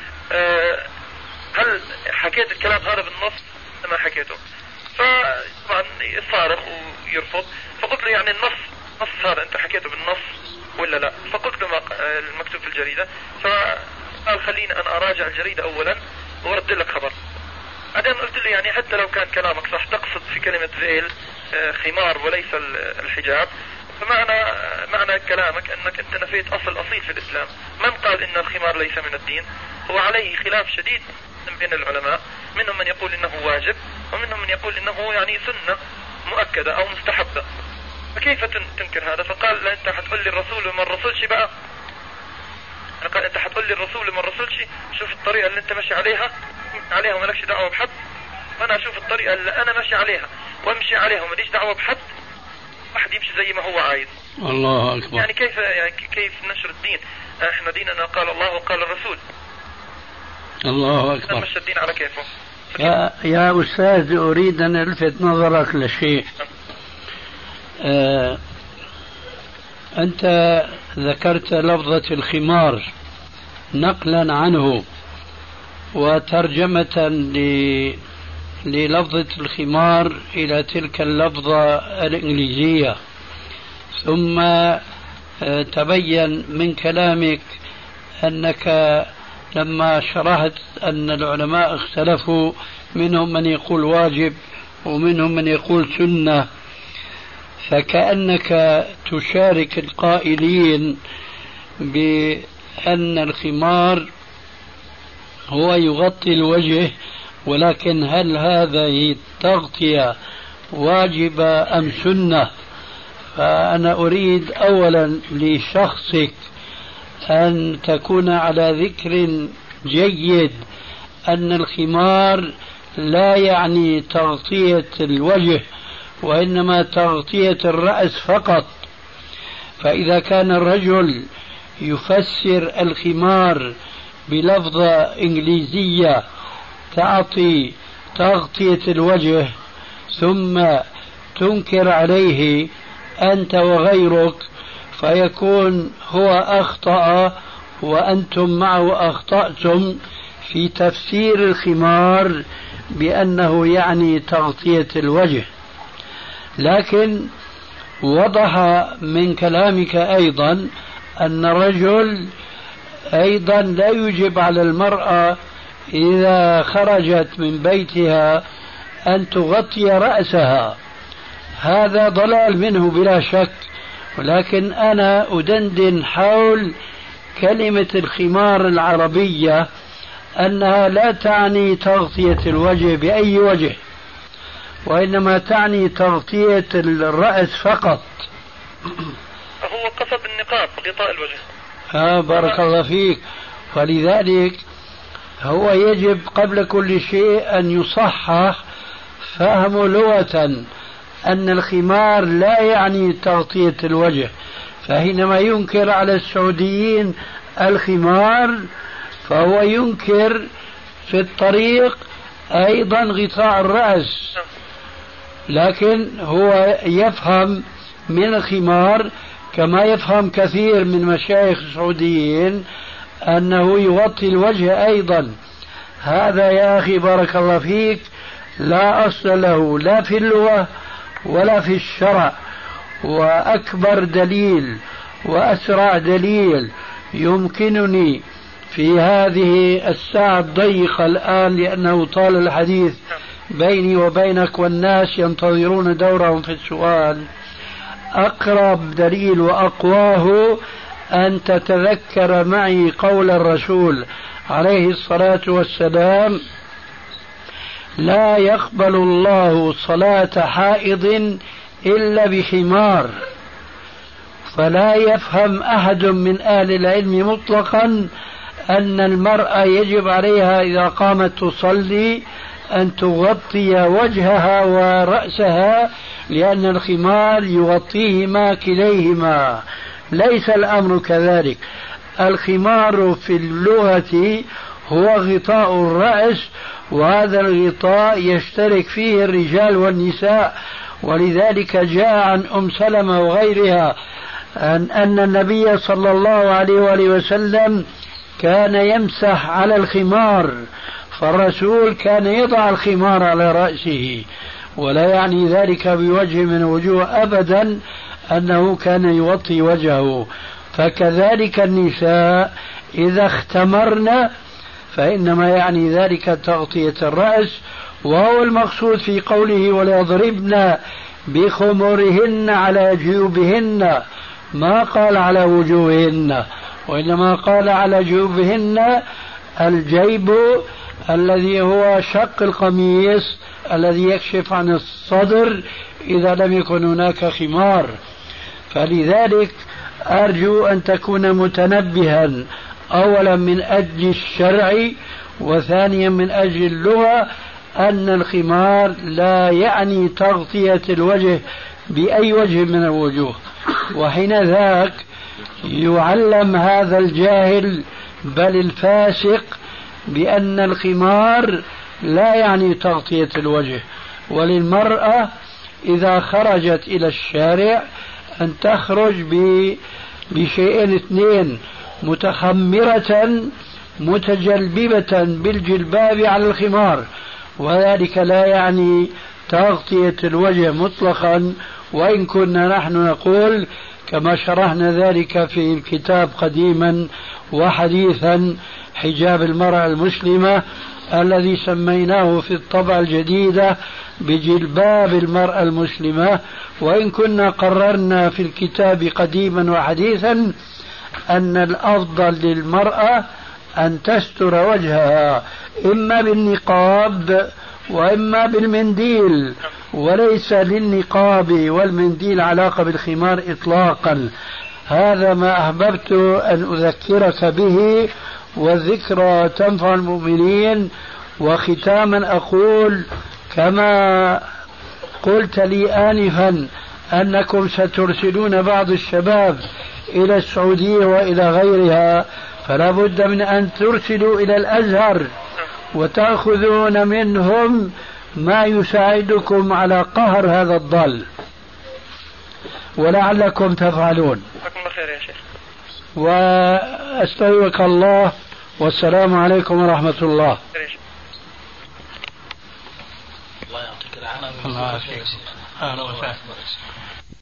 هل حكيت الكلام هذا بالنص ما حكيته؟ فطبعا يصارخ ويرفض. فقلت له يعني نص هذا أنت حكيته بالنص ولا لا؟ فقلت له المكتوب في الجريدة. فقال خليني أنا أراجع الجريدة أولا وارد لك خبر. بعدين قلت له يعني حتى لو كان كلامك صح تقصد في كلمة فيل خمار وليس الحجاب، فمعنى كلامك أنك أنت نفيت أصيل في الإسلام. من قال إن الخمار ليس من الدين؟ هو عليه خلاف شديد بين العلماء، منهم من يقول إنه واجب ومنهم من يقول إنه يعني سنة مؤكدة أو مستحبة. فكيف تنكر هذا؟ فقال لا أنت حتقول لي الرسول وما الرسولش بقى. قال أنت حتقول لي الرسول وما الرسولش، شوف الطريقة اللي أنت ماشي عليها ومالكش دعوة بحد، وأنا أشوف الطريقة اللي أنا ماشي عليها وامشي عليها وماليش دعوة بحد، واحد يمشي زي ما هو عايز. الله أكبر. يعني كيف نشر الدين؟ احنا ديننا قال الله وقال الرسول. الله أكبر. نمشي الدين على كيفه. يا أستاذ أريد أن ألفت نظرك لشيء. أنت ذكرت لفظة الخمار نقلا عنه وترجمة للفظة الخمار إلى تلك اللفظة الإنجليزية، ثم تبين من كلامك أنك لما شرحت أن العلماء اختلفوا، منهم من يقول واجب ومنهم من يقول سنة، فكأنك تشارك القائلين بأن الخمار هو يغطي الوجه، ولكن هل هذه التغطية واجبة أم سنة؟ فأنا أريد أولا لشخصك أن تكون على ذكر جيد أن الخمار لا يعني تغطية الوجه وإنما تغطية الرأس فقط. فإذا كان الرجل يفسر الخمار بلفظة إنجليزية تعطي تغطية الوجه ثم تنكر عليه أنت وغيرك، فيكون هو أخطأ وأنتم معه أخطأتم في تفسير الخمار بأنه يعني تغطية الوجه. لكن وضح من كلامك أيضا أن الرجل أيضا لا يجب على المرأة إذا خرجت من بيتها أن تغطي رأسها. هذا ضلال منه بلا شك، ولكن أنا أدندن حول كلمة الخمار العربية أنها لا تعني تغطية الوجه بأي وجه، وإنما تعني تغطية الرأس فقط. هو قصد النقاب غطاء الوجه. بارك الله فيك. ولذلك هو يجب قبل كل شيء أن يصحح فهم لغة أن الخمار لا يعني تغطية الوجه، فحينما ينكر على السعوديين الخمار فهو ينكر في الطريق أيضا غطاء الرأس، لكن هو يفهم من الخمار كما يفهم كثير من مشايخ السعوديين أنه يغطي الوجه أيضا. هذا يا أخي بارك الله فيك لا أصل له لا في اللغة ولا في الشرع. وأكبر دليل وأسرع دليل يمكنني في هذه الساعة الضيقة الآن، لأنه طال الحديث بيني وبينك والناس ينتظرون دورهم في السؤال، أقرب دليل وأقواه أن تتذكر معي قول الرسول عليه الصلاة والسلام: لا يقبل الله صلاة حائض إلا بخمار. فلا يفهم أحد من أهل العلم مطلقا أن المرأة يجب عليها إذا قامت تصلي أن تغطي وجهها ورأسها، لأن الخمار يغطيهما كليهما. ليس الأمر كذلك. الخمار في اللغة هو غطاء الرأس، وهذا الغطاء يشترك فيه الرجال والنساء. ولذلك جاء عن أم سلمة وغيرها أن النبي صلى الله عليه وآله وسلم كان يمسح على الخمار، فالرسول كان يضع الخمار على رأسه، ولا يعني ذلك بوجه من وجوه أبدا أنه كان يغطي وجهه. فكذلك النساء إذا اختمرن فإنما يعني ذلك تغطية الرأس، وهو المقصود في قوله وليضربن بخمرهن على جيوبهن، ما قال على وجوههن، وإنما قال على جيوبهن الجيب الذي هو شق القميص الذي يكشف عن الصدر إذا لم يكن هناك خمار. فلذلك أرجو أن تكون متنبها، أولا من أجل الشرع، وثانيا من أجل اللغة، أن الخمار لا يعني تغطية الوجه بأي وجه من الوجوه. وحين ذاك يعلم هذا الجاهل بل الفاسق بأن الخمار لا يعني تغطية الوجه. وللمرأة إذا خرجت إلى الشارع أن تخرج بشيئين اثنين: متخمرة متجلببة بالجلباب على الخمار، وذلك لا يعني تغطية الوجه مطلقا، وإن كنا نحن نقول كما شرحنا ذلك في الكتاب قديما وحديثا حجاب المرأة المسلمة الذي سميناه في الطبعة الجديدة بجلباب المرأة المسلمة. وإن كنا قررنا في الكتاب قديما وحديثا أن الأفضل للمرأة أن تستر وجهها إما بالنقاب وإما بالمنديل، وليس للنقاب والمنديل علاقة بالخمار إطلاقا. هذا ما أحببت أن أذكرك به، والذكرى تنفع المؤمنين. وختاما أقول كما قلت لي آنفا أنكم سترسلون بعض الشباب إلى السعودية وإلى غيرها، فلا بد من أن ترسلوا إلى الأزهر وتأخذون منهم ما يساعدكم على قهر هذا الضال، ولعلكم تفعلون. وأستودعك الله، والسلام عليكم ورحمة الله. الله يعطيك العافية. الله يعافيك.